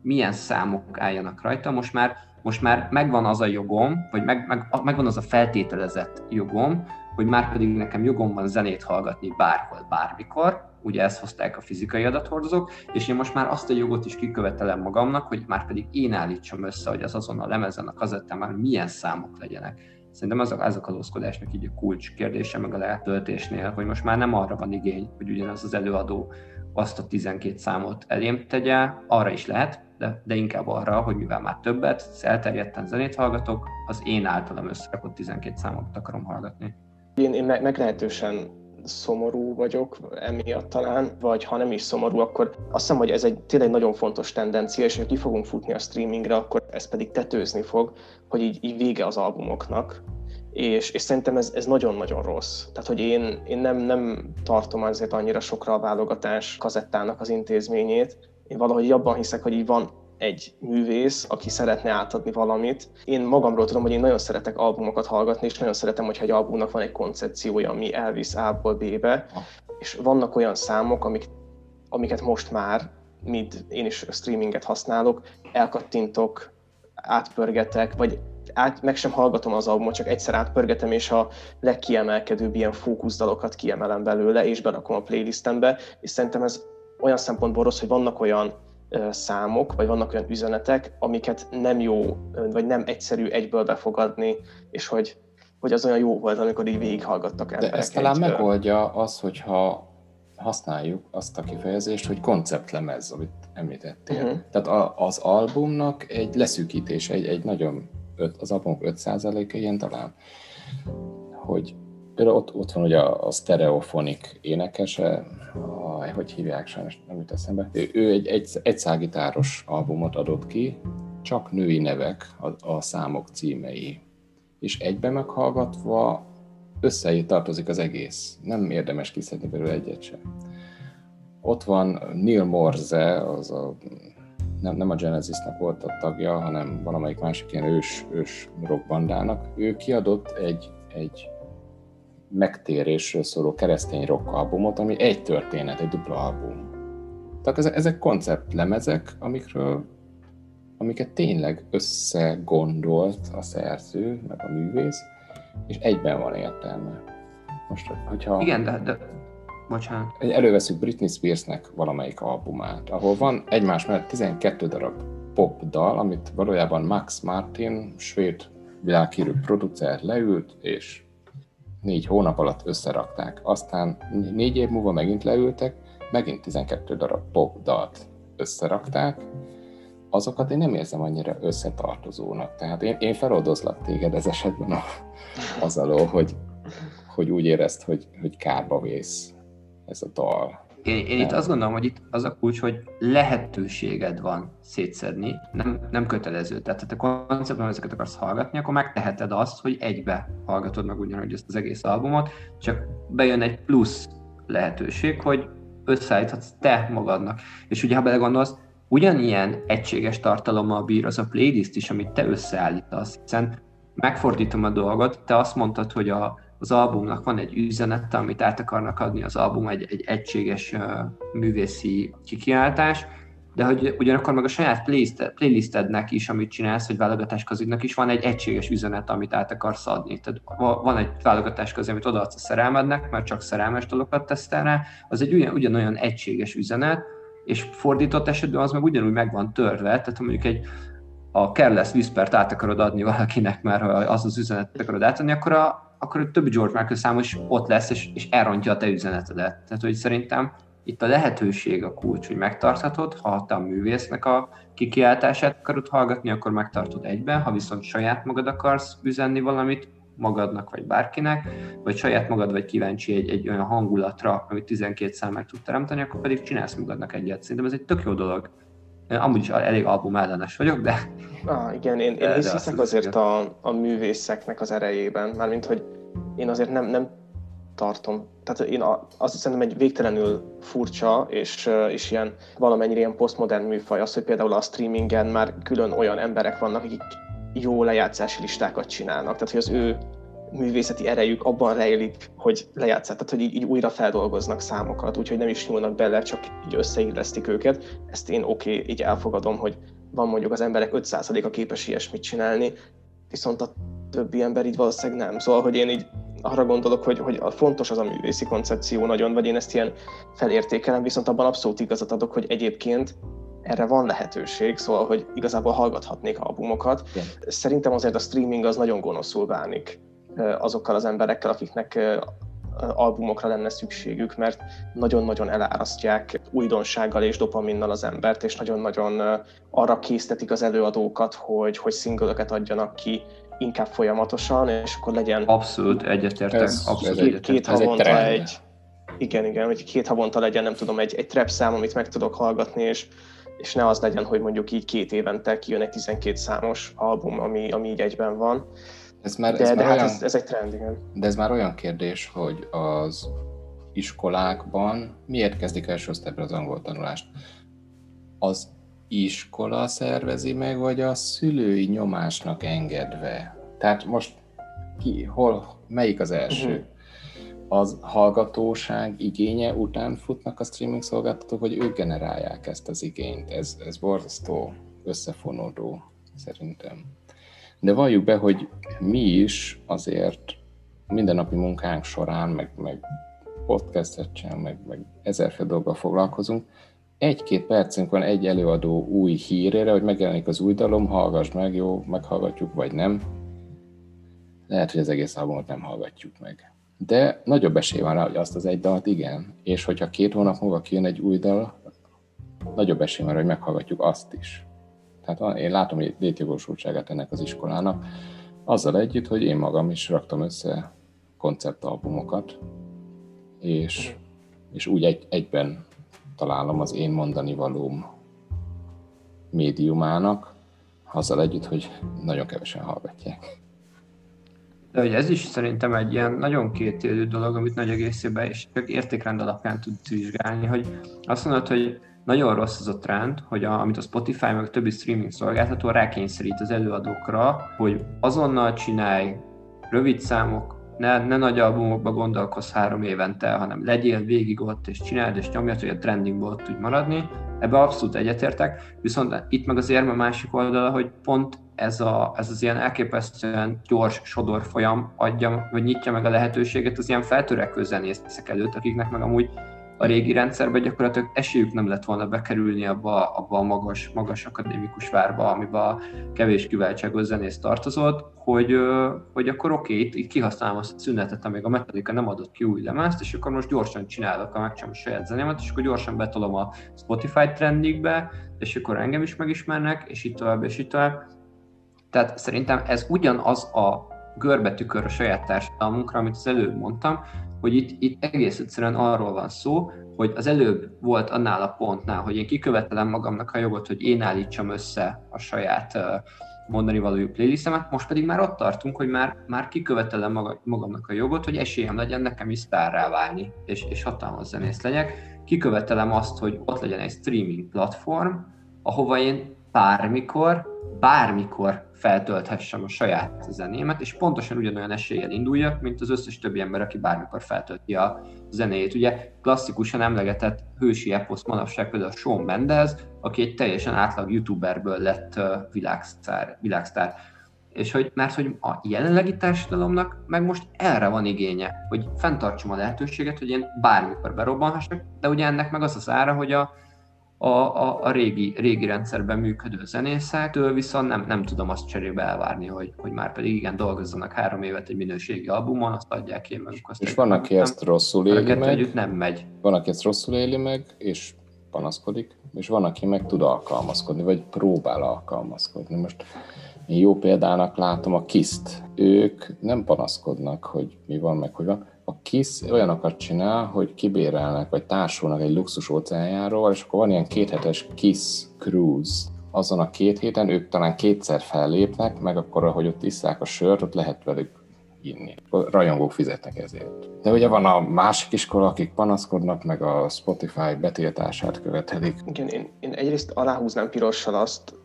milyen számok álljanak rajta. Most már megvan az a jogom, vagy megvan az a feltételezett jogom, hogy már pedig nekem jogom van zenét hallgatni bárhol, bármikor, ugye ezt hozták a fizikai adathordozók, és én most már azt a jogot is kikövetelem magamnak, hogy már pedig én állítsam össze, hogy azon a lemezen, a kazettán már milyen számok legyenek. Szerintem ez a kalózkodásnak így a kulcs kérdése, meg a letöltésnél, hogy most már nem arra van igény, hogy ugyanaz az előadó azt a 12 számot elém tegye, arra is lehet, de inkább arra, hogy mivel már többet, elterjedten zenét hallgatok, az én általam összerakott 12 számot akarom hallgatni. Én meglehetősen szomorú vagyok emiatt talán, vagy ha nem is szomorú, akkor azt hiszem, hogy ez egy tényleg nagyon fontos tendencia, és ha ki fogunk futni a streamingre, akkor ez pedig tetőzni fog, hogy így vége az albumoknak. És szerintem ez nagyon-nagyon rossz. Tehát, hogy én nem tartom azért annyira sokra a válogatás kazettának az intézményét. Én valahogy abban hiszek, hogy így van egy művész, aki szeretne átadni valamit. Én magamról tudom, hogy én nagyon szeretek albumokat hallgatni, és nagyon szeretem, hogyha egy albumnak van egy koncepciója, ami elvisz A-ból B-be, és vannak olyan számok, amiket most már, mint én is streaminget használok, elkattintok, átpörgetek, vagy meg sem hallgatom az albumot, csak egyszer átpörgetem, és a legkiemelkedőbb ilyen fókuszdalokat kiemelem belőle, és berakom a playlistembe, és szerintem ez olyan szempontból rossz, hogy vannak olyan számok, vagy vannak olyan üzenetek, amiket nem jó, vagy nem egyszerű egyből befogadni, és hogy az olyan jó volt, amikor így végighallgattak emberek. De ezt talán megoldja az, hogyha használjuk azt a kifejezést, hogy konceptlemez, amit említettél. Uh-huh. Tehát az albumnak egy leszűkítés, egy nagyon, az albumok 5%-a ilyen talán, hogy például ott van ugye a Stereophonic énekese, hogy hívják, sajnos nem jut eszembe. Ő egy szálgitáros albumot adott ki, csak női nevek a számok címei. És egyben meghallgatva összetartozik az egész. Nem érdemes kiszedni belőle egyet sem. Ott van Neil Morse, nem a Genesisnek volt a tagja, hanem valamelyik másik ilyen ős rockbandának. Ő kiadott egy megtérésről szóló keresztény rock albumot, ami egy történet, egy dupla album. Tehát ezek konceptlemezek, amiket tényleg összegondolt a szerző, meg a művész, és egyben van értelme. Most, hogyha... Igen, de... Bocsánat. Előveszünk Britney Spearsnek valamelyik albumát, ahol van egymás mellett 12 darab popdal, amit valójában Max Martin, svéd világhírű producer leült, és 4 hónap alatt összerakták. Aztán 4 év múlva megint leültek, megint 12 darab popdalt összerakták. Azokat én nem érzem annyira összetartozónak. Tehát én feloldozlak téged ez esetben az alól, hogy úgy érezd, hogy kárba vész ez a dal. Én itt azt gondolom, hogy itt az a kulcs, hogy lehetőséged van szétszedni, nem kötelező. Tehát ha a konceptben ezeket akarsz hallgatni, akkor megteheted azt, hogy egybe hallgatod meg ugyanúgy ezt az egész albumot, csak bejön egy plusz lehetőség, hogy összeállíthatsz te magadnak. És ugye, ha belegondolsz, ugyanilyen egységes tartalommal bír az a playlist is, amit te összeállítasz, hiszen megfordítom a dolgot, te azt mondtad, hogy az albumnak van egy üzenete, amit át akarnak adni, az album egy egységes művészi kikiáltás, de hogy ugyanakkor meg a saját playlistednek is, amit csinálsz, vagy válogatásközidnek is van egy egységes üzenet, amit át akarsz adni. Tehát van egy válogatásközi, amit odaadsz a szerelmednek, mert csak szerelmes dalokat tesztel rá, az egy ugyanolyan egységes üzenet, és fordított esetben az meg ugyanúgy meg van törve, tehát ha mondjuk a Careless Whisper-t át akarod adni valakinek, mert az üzenetet akarod átadni, akkor a többi George Michael szám is ott lesz, és elrontja a te üzenetedet. Tehát, hogy szerintem itt a lehetőség a kulcs, hogy megtarthatod, ha te a művésznek a kikiáltását akarod hallgatni, akkor megtartod egyben, ha viszont saját magad akarsz üzenni valamit, magadnak vagy bárkinek, vagy saját magad vagy kíváncsi egy olyan hangulatra, amit 12 szám meg tud teremteni, akkor pedig csinálsz magadnak egyet. Szerintem ez egy tök jó dolog. Én amúgy is elég album ellenes vagyok, de... Igen, én hiszek azért a művészeknek az erejében, mármint, hogy én azért nem tartom. Tehát én azt szerintem egy végtelenül furcsa és ilyen valamennyire ilyen posztmodern műfaj az, hogy például a streamingen már külön olyan emberek vannak, akik jó lejátszási listákat csinálnak. Tehát, hogy az ő művészeti erejük abban rejlik, hogy lejátszák, tehát, hogy így újra feldolgoznak számokat, úgyhogy nem is nyúlnak bele, csak így összeillesztik őket. Ezt én így elfogadom, hogy van mondjuk az emberek 5%-a képes ilyesmit csinálni, viszont a többi ember így valószínűleg nem. Szóval, hogy én így arra gondolok, hogy fontos az a művészi koncepció nagyon, vagy én ezt ilyen felértékelem, viszont abban abszolút igazat adok, hogy egyébként erre van lehetőség, szóval, hogy igazából hallgathatnék albumokat. Igen. Szerintem azért a streaming az nagyon gonoszul bánik azokkal az emberekkel, akiknek albumokra lenne szükségük, mert nagyon-nagyon elárasztják újdonsággal és dopaminnal az embert, és nagyon-nagyon arra késztetik az előadókat, hogy singlöket adjanak ki inkább folyamatosan, és akkor legyen... Abszolút egyetértek. Két havonta igen, hogy 2 havonta legyen, nem tudom, egy trap szám, amit meg tudok hallgatni, és ne az legyen, hogy mondjuk így 2 évente kijön egy 12 számos album, ami így egyben van. Ez egy trend, igen. De ez már olyan kérdés, hogy az iskolákban miért kezdik első osztályban az angol tanulást? Az iskola szervezi meg, vagy a szülői nyomásnak engedve? Tehát most melyik az első? Az hallgatóság igénye után futnak a streaming szolgáltatók, hogy ők generálják ezt az igényt? Ez borzasztó összefonódó szerintem. De valljuk be, hogy mi is azért mindennapi munkánk során, meg podcastetsen, meg ezerféle dolggal foglalkozunk. 1-2 percünk van egy előadó új hírére, hogy megjelenik az új dalom, hallgass meg, jó, meghallgatjuk, vagy nem. Lehet, hogy az egész albumot nem hallgatjuk meg. De nagyobb esély van rá, hogy azt az egy dalt igen. És hogyha 2 hónap múlva kijön egy új dal, nagyobb esély van rá, hogy meghallgatjuk azt is. Tehát én látom egy létjogosultságát ennek az iskolának, azzal együtt, hogy én magam is raktam össze konceptalbumokat, és úgy egyben találom az én mondani valóm médiumának, azzal együtt, hogy nagyon kevesen hallgatják. De hogy ez is szerintem egy ilyen nagyon kétélű dolog, amit nagy egészében és csak értékrend alapján tudsz vizsgálni, hogy azt mondod, hogy nagyon rossz az a trend, hogy amit a Spotify meg a többi streaming szolgáltató rákényszerít az előadókra, hogy azonnal csinálj rövid számok, ne nagy albumokba gondolkozz 3 évente, hanem legyél végig ott, és csináld, és nyomjad, hogy a trendingból ott tudj maradni. Ebben abszolút egyetértek, viszont itt meg az érme másik oldala, hogy pont ez az ilyen elképesztően gyors sodor folyam adja, vagy nyitja meg a lehetőséget az ilyen feltörekvő zenészek előtt, akiknek meg amúgy a régi rendszerben gyakorlatilag esélyük nem lett volna bekerülni abba a magas akadémikus várba, amiben a kevés kiváltságos zenész tartozott, hogy akkor oké, itt kihasználom azt a szünetet, amíg a Metallica nem adott ki új lemezt, és akkor most gyorsan megcsinálom a saját zenémet, és akkor gyorsan betolom a Spotify trendingbe, és akkor engem is megismernek, és itt tovább, és itt tovább. Tehát szerintem ez ugyanaz a görbetükör a saját társadalmunkra, amit az előbb mondtam, hogy itt egész egyszerűen arról van szó, hogy az előbb volt annál a pontnál, hogy én kikövetelem magamnak a jogot, hogy én állítsam össze a saját mondani valójú playlistemet, most pedig már ott tartunk, hogy már kikövetelem magamnak a jogot, hogy esélyem legyen nekem is sztárrá válni, és hatalmas zenész legyek. Kikövetelem azt, hogy ott legyen egy streaming platform, ahova én bármikor feltölthessem a saját zenémet, és pontosan ugyanolyan eséllyel induljak, mint az összes többi ember, aki bármikor feltölti a zenéjét. Ugye klasszikusan emlegetett hősi eposz manapság például Shawn Mendes, aki egy teljesen átlag youtuberből lett világsztár. És mert hogy a jelenlegi társadalomnak meg most erre van igénye, hogy fenntartsam a lehetőséget, hogy én bármikor berobbanhassak, de ugye ennek meg az ára, hogy a régi rendszerben működő zenészektől viszont nem tudom azt cserébe elvárni, hogy már pedig igen, dolgozzanak 3 évet egy minőségi albumon, azt adják ki meg. És van, aki ezt rosszul éli meg. Együtt nem megy. Van, aki ezt rosszul éli meg, és panaszkodik, és van, aki meg tud alkalmazkodni, vagy próbál alkalmazkodni. Most én jó példának látom a Kiss-t. Ők nem panaszkodnak, hogy mi van, meg hogy van. A Kiss olyanokat csinál, hogy kibérelnek, vagy társulnak egy luxus óceánjáról, és akkor van ilyen 2 hetes Kiss cruise. Azon a 2 héten ők talán 2-szer fellépnek, meg akkor, ahogy ott isszák a sört, ott lehet velük inni. A rajongók fizetnek ezért. De ugye van a másik iskola, akik panaszkodnak, meg a Spotify betiltását követelik. Igen, én egyrészt aláhúznám pirossal azt,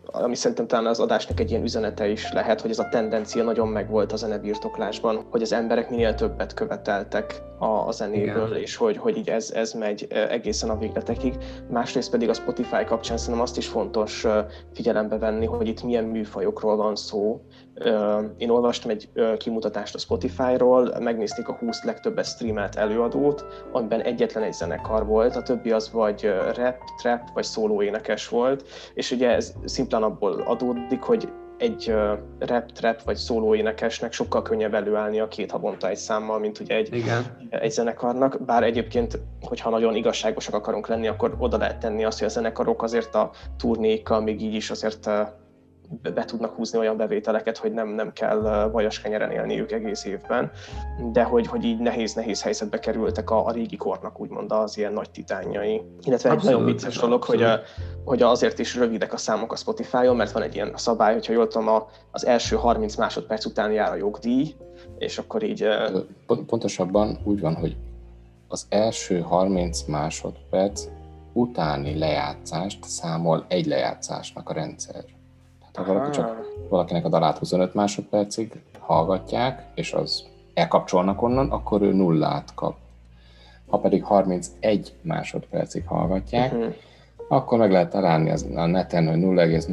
ami szerintem talán az adásnak egy ilyen üzenete is lehet, hogy ez a tendencia nagyon megvolt a zenebirtoklásban, hogy az emberek minél többet követeltek a zenéből, igen. És hogy így ez megy egészen a végletekig. Másrészt pedig a Spotify kapcsán szerintem azt is fontos figyelembe venni, hogy itt milyen műfajokról van szó. Én olvastam egy kimutatást a Spotify-ról, megnézték a 20 legtöbbet streamelt előadót, amiben egyetlen egy zenekar volt, a többi az vagy rap, trap vagy szóló énekes volt, és ugye ez szimplán abból adódik, hogy egy rap, trap vagy szóló énekesnek sokkal könnyebb előállnia 2 havonta egy számmal, mint ugye egy zenekarnak, bár egyébként, hogyha nagyon igazságosak akarunk lenni, akkor oda lehet tenni azt, hogy a zenekarok azért a turnékkal még így is azért be tudnak húzni olyan bevételeket, hogy nem kell vajas kenyeren élniük egész évben, de hogy így nehéz helyzetbe kerültek a régi kornak, úgymond az ilyen nagy titánjai. Illetve egy nagyon vicces dolog, hogy azért is rövidek a számok a Spotify-on, mert van egy ilyen szabály, hogyha jól tudom, az első 30 másodperc után jár a jogdíj, és akkor így... Pontosabban úgy van, hogy az első 30 másodperc utáni lejátszást számol egy lejátszásnak a rendszer. Ha valakinek a dalát 25 másodpercig hallgatják, és az elkapcsolnak onnan, akkor ő 0 kap. Ha pedig 31 másodpercig hallgatják, akkor meg lehet találni a neten, hogy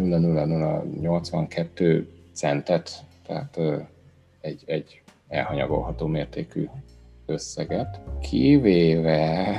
0,00082 centet, tehát egy elhanyagolható mértékű összeget, kivéve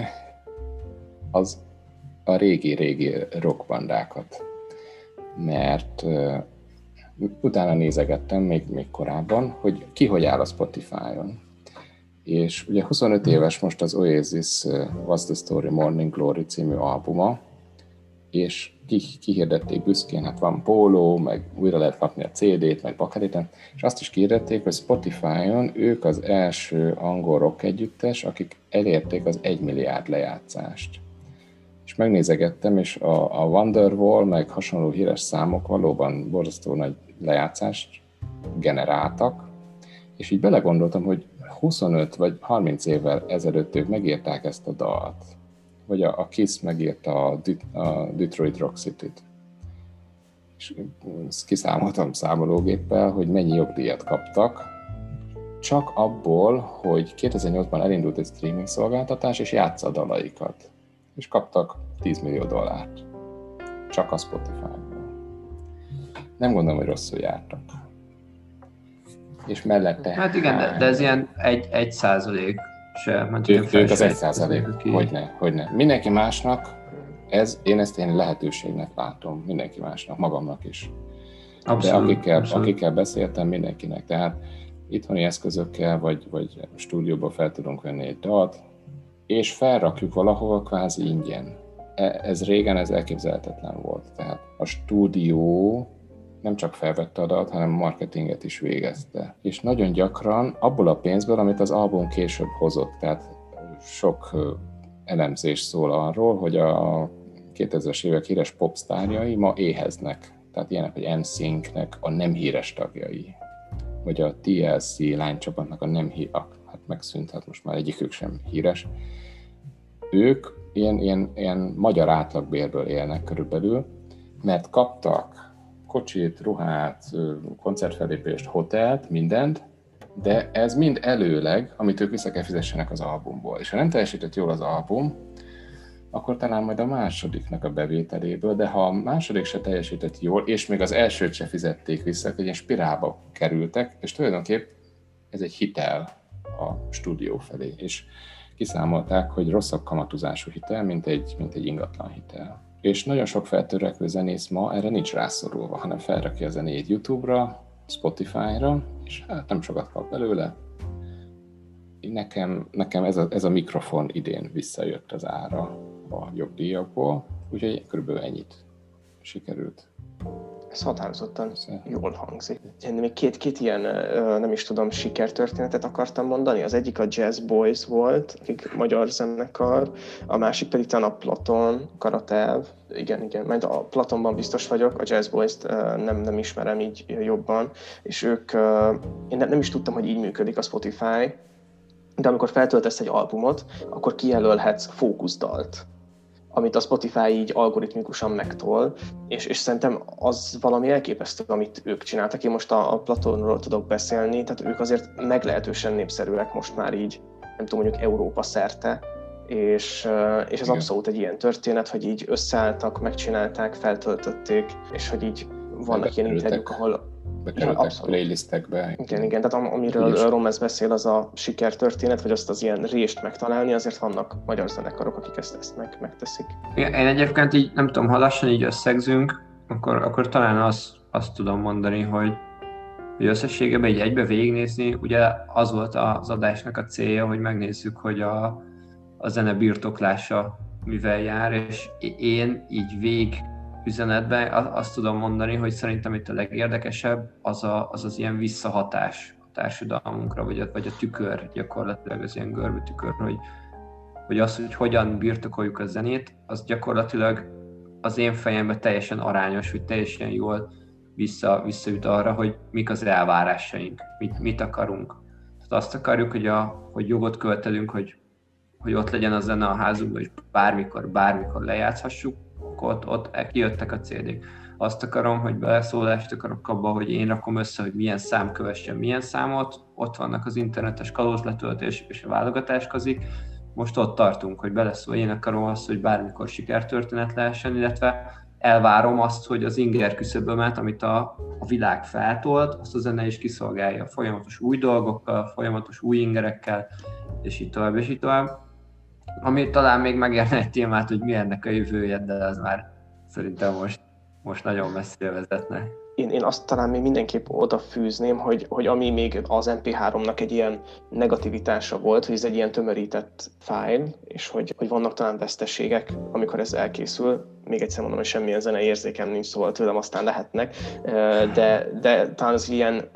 a régi rockbandákat. Mert utána nézegettem még korábban, hogy ki hogy áll a Spotify-on. És ugye 25 éves most az Oasis What's the Story Morning Glory című albuma, és kihirdették büszkén, hát van póló, meg újra lehet kapni a CD-t, meg bakeliten, és azt is kihirdették, hogy Spotify-on ők az első angol rock együttes, akik elérték az 1 milliárd lejátszást. És megnézegettem, és a Wonderwall, meg hasonló híres számok valóban borzasztó nagy lejátszást generáltak, és így belegondoltam, hogy 25 vagy 30 évvel ezelőtt ők megírták ezt a dalt, vagy a Kiss megírta a Detroit Rock City-t. És kiszámoltam számológéppel, hogy mennyi jogdíjat kaptak, csak abból, hogy 2008-ban elindult egy streaming szolgáltatás, és játsza a dalaikat. És kaptak $10 millió. Csak a Spotify-ból. Nem gondolom, hogy rosszul jártak. És mellette... Hát igen, de ez ilyen 1% se. Ők az 1%, hogyne. Mindenki másnak, én ezt lehetőségnek látom, mindenki másnak, magamnak is. Abszolút, de akikkel beszéltem, mindenkinek. Tehát itthoni eszközökkel, vagy stúdióban fel tudunk venni egy dalt, és felrakjuk valahol kvázi ingyen. Régen ez elképzelhetetlen volt. Tehát a stúdió nem csak felvette a dalt, hanem marketinget is végezte. És nagyon gyakran abból a pénzből, amit az album később hozott, tehát sok elemzés szól arról, hogy a 2000-es évek híres popsztárjai ma éheznek. Tehát ilyenek, hogy NSYNC-nek a nem híres tagjai, vagy a TLC lánycsapatnak a nem híres, hát megszűnt, hát most már egyikük sem híres. Ők ilyen magyar átlagbérből élnek körülbelül, mert kaptak kocsit, ruhát, koncertfellépést, hotelt, mindent, de ez mind előleg, amit ők vissza kell fizessenek az albumból. És ha nem teljesített jól az album, akkor talán majd a másodiknak a bevételéből, de ha a második se teljesített jól, és még az elsőt se fizették vissza, akkor ilyen spirálba kerültek, és tulajdonképp ez egy hitel a stúdió felé. És kiszámolták, hogy rosszabb kamatozású hitel, mint egy ingatlan hitel. És nagyon sok feltörekvő zenész ma erre nincs rászorulva, hanem felrakja a zenét YouTube-ra, Spotify-ra, és hát nem sokat kap belőle. Nekem ez a mikrofon idén visszajött az ára a jogdíjakból, úgyhogy körülbelül ennyit sikerült. Ez határozottan jól hangzik. Még két ilyen, nem is tudom, sikertörténetet akartam mondani. Az egyik a Jazz Boys volt, akik magyar zenekar, a másik pedig talán a Platon, Karatev. Igen, majd a Platonban biztos vagyok, a Jazz Boys-t nem ismerem így jobban, és ők, én nem is tudtam, hogy így működik a Spotify, de amikor feltöltesz egy albumot, akkor kijelölhetsz fókuszdalt amit a Spotify így algoritmikusan megtol, és szerintem az valami elképesztő, amit ők csináltak. Én most a Platonról tudok beszélni, tehát ők azért meglehetősen népszerűek most már így, nem tudom, mondjuk Európa szerte, és ez abszolút egy ilyen történet, hogy így összeálltak, megcsinálták, feltöltötték, és hogy így vannak ilyen interjúk, ahol bekerültek playlistekbe. Igen, tehát amiről Romez beszél, az a sikertörténet, vagy azt az ilyen rést megtalálni, azért vannak magyar zenekarok, akik ezt megteszik. Én egyébként így, nem tudom, ha lassan így összegzünk, akkor talán azt tudom mondani, hogy összességében így egybe végignézni, ugye az volt az adásnak a célja, hogy megnézzük, hogy a zene birtoklása mivel jár, és én így üzenetben azt tudom mondani, hogy szerintem itt a legérdekesebb az ilyen visszahatás a társadalmunkra, vagy a tükör, gyakorlatilag az ilyen görbe tükör, hogy az, hogy hogyan birtokoljuk a zenét, az gyakorlatilag az én fejemben teljesen arányos, hogy teljesen jól visszaüt arra, hogy mik az elvárásaink, mit akarunk. Tehát azt akarjuk, hogy jogot követelünk, hogy ott legyen a zene a házunkban, és bármikor lejátszhassuk, ott kijöttek a CD-k. Azt akarom, hogy beleszólást akarok abba, hogy én rakom össze, hogy milyen szám kövessen milyen számot, ott vannak az internetes kalózletöltés és a válogatáskozik. Most ott tartunk, hogy beleszól, én akarom azt, hogy bármikor sikertörténet lehessen, illetve elvárom azt, hogy az inger küszöbömet, amit a világ feltolt, azt a zene is kiszolgálja folyamatos új dolgokkal, folyamatos új ingerekkel, és így tovább, és így tovább. Ami talán még megérne egy témát, hogy mi ennek a jövője, de az már szerintem most nagyon messzire vezetne. Én azt talán még mindenképp odafűzném, hogy ami még az MP3-nak egy ilyen negativitása volt, hogy ez egy ilyen tömörített fájl, és hogy vannak talán veszteségek, amikor ez elkészül. Még egyszer mondom, hogy semmilyen zenei érzékem nincs, szóval tőlem aztán lehetnek, de talán az ilyen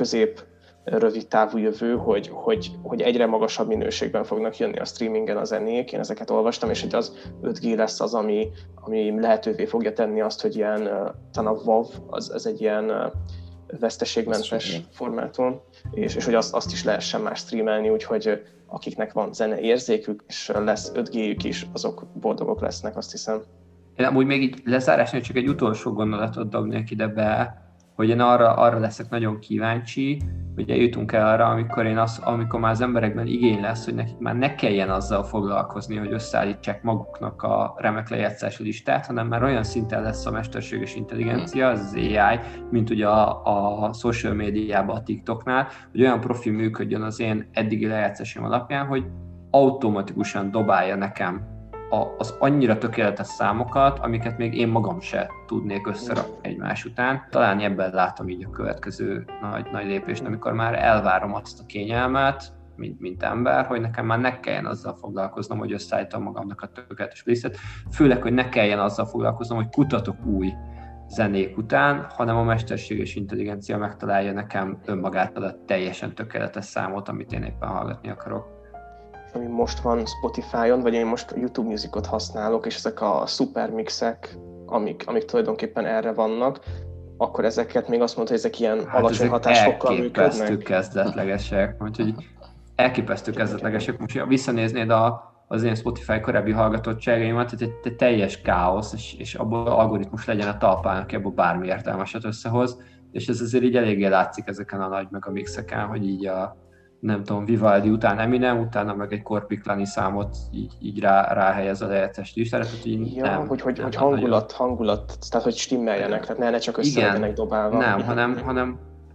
rövid távú jövő, hogy egyre magasabb minőségben fognak jönni a streamingen a zenék. Én ezeket olvastam, és hogy az 5G lesz az, ami lehetővé fogja tenni azt, hogy ilyen, talán a WAV az egy ilyen veszteségmentes formátum, és hogy azt is lehessen már streamelni, úgyhogy akiknek van zeneérzékük, és lesz 5G-jük is, azok boldogok lesznek, azt hiszem. Én amúgy még így lezárásnál csak egy utolsó gondolatot dobnék ide be, hogy én arra leszek nagyon kíváncsi, hogy eljutunk el arra, amikor már az emberekben igény lesz, hogy nekik már ne kelljen azzal foglalkozni, hogy összeállítsák maguknak a remek lejátszási listát, hanem már olyan szinten lesz a mesterséges intelligencia, az AI, mint ugye a social médiában, a TikToknál, hogy olyan profi működjön az én eddigi lejátszásom alapján, hogy automatikusan dobálja nekem az annyira tökéletes számokat, amiket még én magam se tudnék összerakni egymás után. Talán ebben látom így a következő nagy lépést, amikor már elvárom azt a kényelmet, mint ember, hogy nekem már ne kelljen azzal foglalkoznom, hogy összeállítom magamnak a tökéletes listet, főleg, hogy ne kelljen azzal foglalkoznom, hogy kutatok új zenék után, hanem a mesterséges intelligencia megtalálja nekem önmagától a teljesen tökéletes számot, amit én éppen hallgatni akarok. Ami most van Spotify-on, vagy én most YouTube Musicot használok, és ezek a szupermixek, amik tulajdonképpen erre vannak, akkor ezeket még azt mondta, hogy ezek ilyen alacsony hatásfokkal működnek. Elképesztő kezdetlegesek, úgyhogy elképesztő kezdetlegesek. Most ha visszanéznéd az én Spotify korábbi hallgatottságaimat, egy teljes káosz, és abból algoritmus legyen a talpán, aki abból bármi értelmeset összehoz, és ez azért így eléggé látszik ezeken a nagy megamixeken, hogy így nem tudom, Vivaldi után Eminem, utána meg egy Korpiklani számot így ráhelyez a lejátszás listára. Hogy hangulat, tehát hogy stimmeljenek, tehát ne csak összelegyenek dobálva. Nem, hanem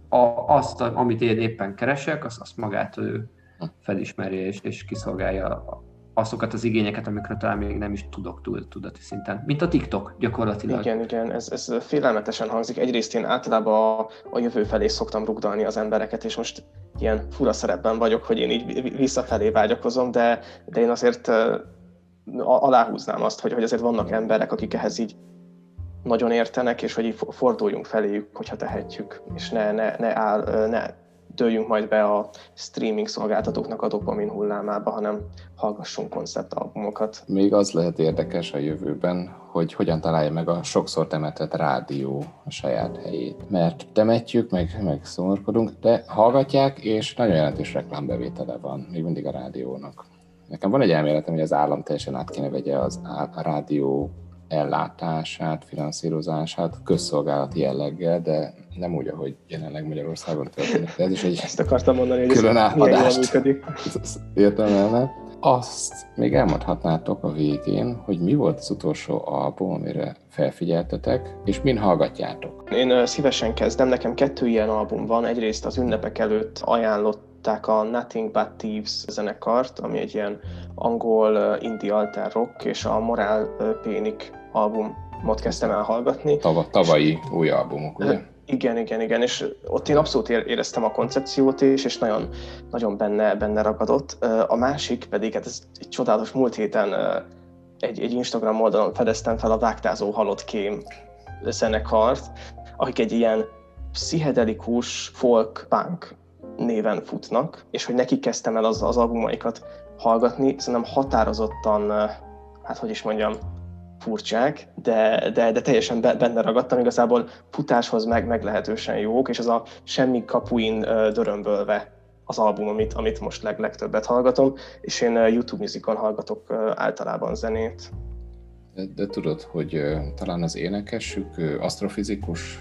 amit én éppen keresek, azt magától ő felismeri és kiszolgálja azokat az igényeket, amikről talán még nem is tudok tudati szinten. Mint a TikTok gyakorlatilag. Igen, ez félelmetesen hangzik. Egyrészt én általában a jövő felé szoktam rugdalni az embereket, és most ilyen fura szerepben vagyok, hogy én így visszafelé vágyakozom, de én azért aláhúznám azt, hogy azért vannak emberek, akik ehhez így nagyon értenek, és hogy így forduljunk feléjük, hogyha tehetjük, és ne dőljünk majd be a streaming szolgáltatóknak a dopamin hullámába, hanem hallgassunk konceptalbumokat. Még az lehet érdekes a jövőben, hogy hogyan találja meg a sokszor temetett rádió a saját helyét. Mert temetjük, meg szomorkodunk, de hallgatják, és nagyon jelentős reklámbevétele van még mindig a rádiónak. Nekem van egy elméletem, hogy az állam teljesen át kéne vegye a rádió ellátását, finanszírozását közszolgálati jelleggel, de nem úgy, ahogy jelenleg Magyarországon történik. De ez is egy Ezt akartam mondani, hogy külön ez milyen jól átadást működik. értelmelne. Azt még elmondhatnátok a végén, hogy mi volt az utolsó album, amire felfigyeltetek, és min hallgatjátok? Én szívesen kezdem, nekem 2 ilyen album van. Egyrészt az ünnepek előtt ajánlották a Nothing But Thieves zenekart, ami egy ilyen angol indie alter rock, és a Moral Panic albumot kezdtem el hallgatni. Tavalyi új albumok, ugye? Igen, és ott én abszolút éreztem a koncepciót is, és nagyon, nagyon benne ragadott. A másik pedig, hát ez egy csodálatos, múlt héten egy Instagram oldalon fedeztem fel a Vágtázó Halott Kém zenekart, akik egy ilyen pszichedelikus folk-punk néven futnak, és hogy nekik kezdtem el az albumaikat hallgatni, szerintem határozottan, hát hogy is mondjam, furcsák, de teljesen benne ragadtam, igazából futáshoz meglehetősen jók, és az a Semmi kapuin dörömbölve az album, amit most legtöbbet hallgatom, és én YouTube Musicon hallgatok általában zenét. De tudod, hogy talán az énekesük asztrofizikus?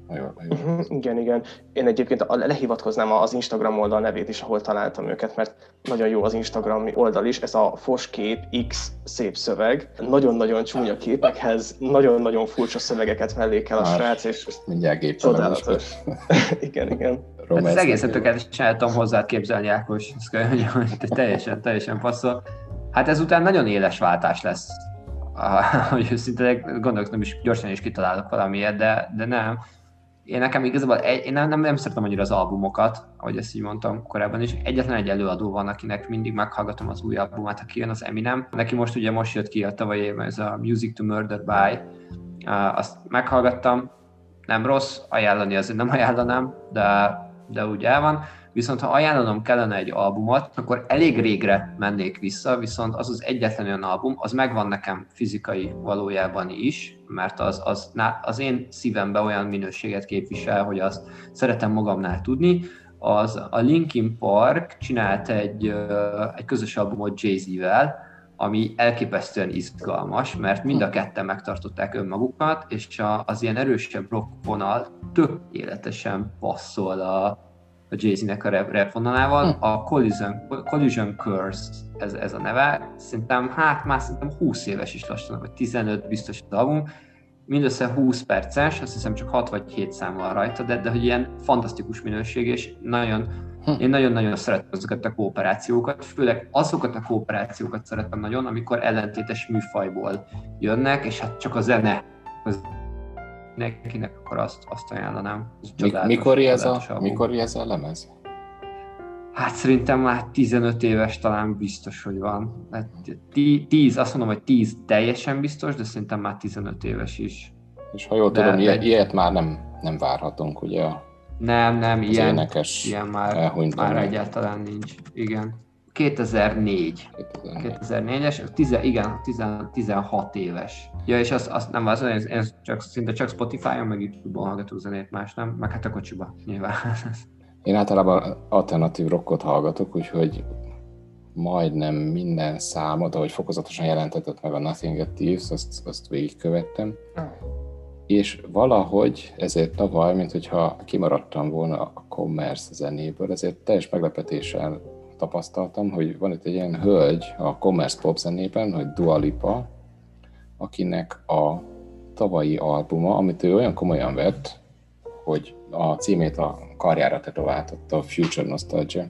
Igen. Én egyébként lehivatkoznám az Instagram oldal nevét is, ahol találtam őket, mert nagyon jó az Instagram oldal is. Ez a Foskép X szép szöveg. Nagyon-nagyon csúnya képekhez, nagyon-nagyon furcsa szövegeket mellékel a srác, és mindjárt csodálatos. Igen. Hát az egészet tökéletesen el tudom hozzá képzelni, Ákos, hogy teljesen passzol. Hát ezután nagyon éles váltás lesz, hogy őszintén gondolok, is gyorsan is kitalálok valamiért, de nem. Én nekem igazából én nem szeretem annyira az albumokat, ahogy ezt így mondtam korábban is. Egyetlen egy előadó van, akinek mindig meghallgatom az új albumát, aki jön, az Eminem. Neki most jött ki a tavalyi évben ez a Music to Murder By. Azt meghallgattam, nem rossz, ajánlani azért nem ajánlanám, de úgy el van. Viszont ha ajánlanom kellene egy albumot, akkor elég régre mennék vissza, viszont az egyetlen olyan album, az megvan nekem fizikai valójában is, mert az én szívemben olyan minőséget képvisel, hogy azt szeretem magamnál tudni. A Linkin Park csinált egy közös albumot Jay-Z-vel, ami elképesztően izgalmas, mert mind a ketten megtartották önmagukat, és az ilyen erősebb rock vonal tökéletesen passzol a Jay-Z-nek a rap vonalával. A Collision Curse ez a neve, szerintem már 20 éves is lassan, vagy 15 biztos az album, mindössze 20 perces, azt hiszem csak 6 vagy 7 szám van rajta, de hogy ilyen fantasztikus minőség, és én nagyon-nagyon szeretem azokat a kooperációkat, főleg azokat a kooperációkat szeretem nagyon, amikor ellentétes műfajból jönnek, és hát csak a zene nekinek akkor azt ajánlanám. Mikor ez a lemez? Hát szerintem már 15 éves talán biztos, hogy van. Hát 10, azt mondom, hogy 10 teljesen biztos, de szerintem már 15 éves is. És ha jól tudom, ilyet már nem várhatunk, ugye? Nem, ilyen már egyáltalán nincs. Igen. 2004-es, 16 éves. Ja, és azt nem az, én szinte csak Spotify-on, meg YouTube-on hallgatok zenét, más nem, meg hát a kocsiba nyilván. Én általában alternatív rockot hallgatok, úgyhogy majdnem minden számot, ahogy fokozatosan jelentetett meg a Nothing But Thieves, azt végigkövettem. És valahogy ezért tavaly, mint hogyha kimaradtam volna a commerce zenéből, ezért teljes meglepetéssel tapasztaltam, hogy van itt egy ilyen hölgy a commerce pop zenében, hogy Dua Lipa, akinek a tavalyi albuma, amit ő olyan komolyan vett, hogy a címét a karjára tetováltatta, a Future Nostalgia.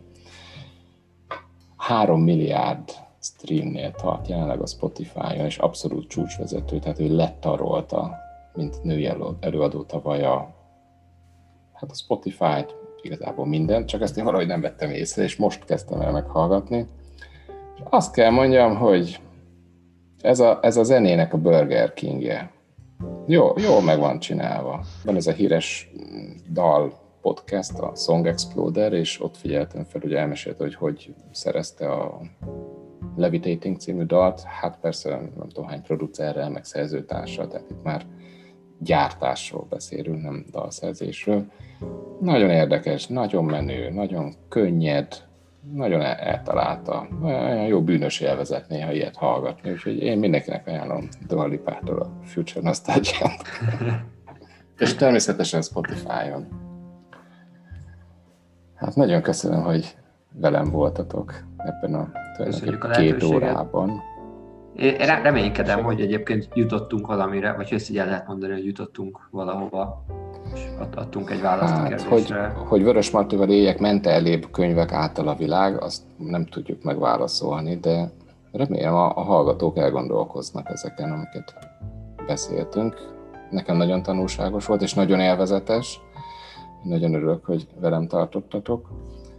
3 milliárd streamnél tart jelenleg a Spotify-on, és abszolút csúcsvezető, tehát ő letarolta, mint női előadó tavaly a Spotify-t, igazából mindent, csak ezt én valahogy nem vettem észre, és most kezdtem el meghallgatni. És azt kell mondjam, hogy ez a zenének a Burger King-je. Jó meg van csinálva. Van ez a híres dal podcast, a Song Exploder, és ott figyeltem fel, hogy elmesélte, hogy szerezte a Levitating című dalt. Hát persze nem tudom hány producerrel, meg szerzőtársal, tehát itt már gyártásról beszélünk, nem dalszerzésről. Nagyon érdekes, nagyon menő, nagyon könnyed, nagyon eltalálta. Olyan jó bűnös élvezet néha ilyet hallgatni, úgyhogy én mindenkinek ajánlom Dua Lipától a Future Nostalgia-t. És természetesen Spotify-on. Hát nagyon köszönöm, hogy velem voltatok ebben a 2 órában. Én reménykedem, hogy egyébként jutottunk valamire, vagy ezt így el lehet mondani, hogy jutottunk valahova, és adtunk egy választ a kérdésre. Hogy Vörös Martival éljek mente elébb könyvek által a világ, azt nem tudjuk megválaszolni, de remélem a hallgatók elgondolkoznak ezeken, amiket beszéltünk. Nekem nagyon tanulságos volt, és nagyon élvezetes. Nagyon örülök, hogy velem tartottatok.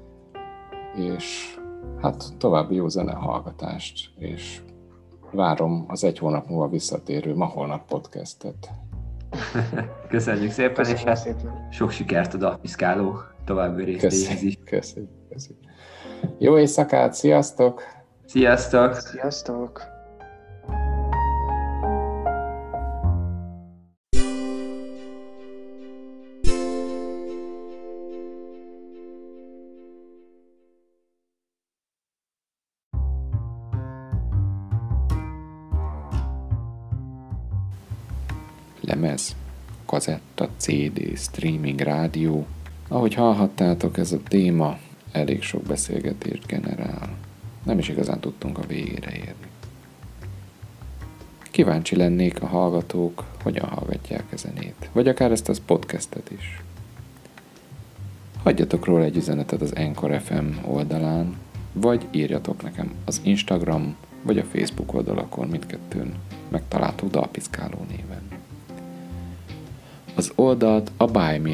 És hát további jó zenehallgatást, és várom az 1 hónap múlva visszatérő Ma Holnap podcastet. Köszönjük szépen, és hát sok sikert a Dapiszkáló további részéhez is. Köszönjük. Jó éjszakát, sziasztok! Sziasztok! Sziasztok! Lemez, kazetta, CD, streaming, rádió. Ahogy hallhattátok, ez a téma elég sok beszélgetést generál. Nem is igazán tudtunk a végére érni. Kíváncsi lennék, a hallgatók hogyan hallgatják a zenét, vagy akár ezt a podcastet is. Hagyjatok róla egy üzenetet az Anchor FM oldalán, vagy írjatok nekem az Instagram vagy a Facebook oldalakon, mindkettőn megtalálható Dapiszkáló néven. Az oldalt a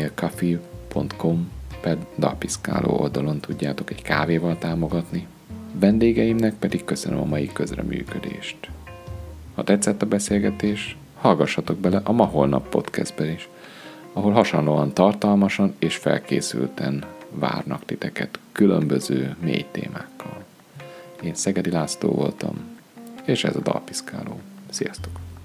buymeacoffee.com/Dapiszkáló oldalon tudjátok egy kávéval támogatni, vendégeimnek pedig köszönöm a mai közreműködést. Ha tetszett a beszélgetés, hallgassatok bele a Ma Holnap podcastbe is, ahol hasonlóan tartalmasan és felkészülten várnak titeket különböző mély témákkal. Én Szegedi László voltam, és ez a Dapiszkáló. Sziasztok!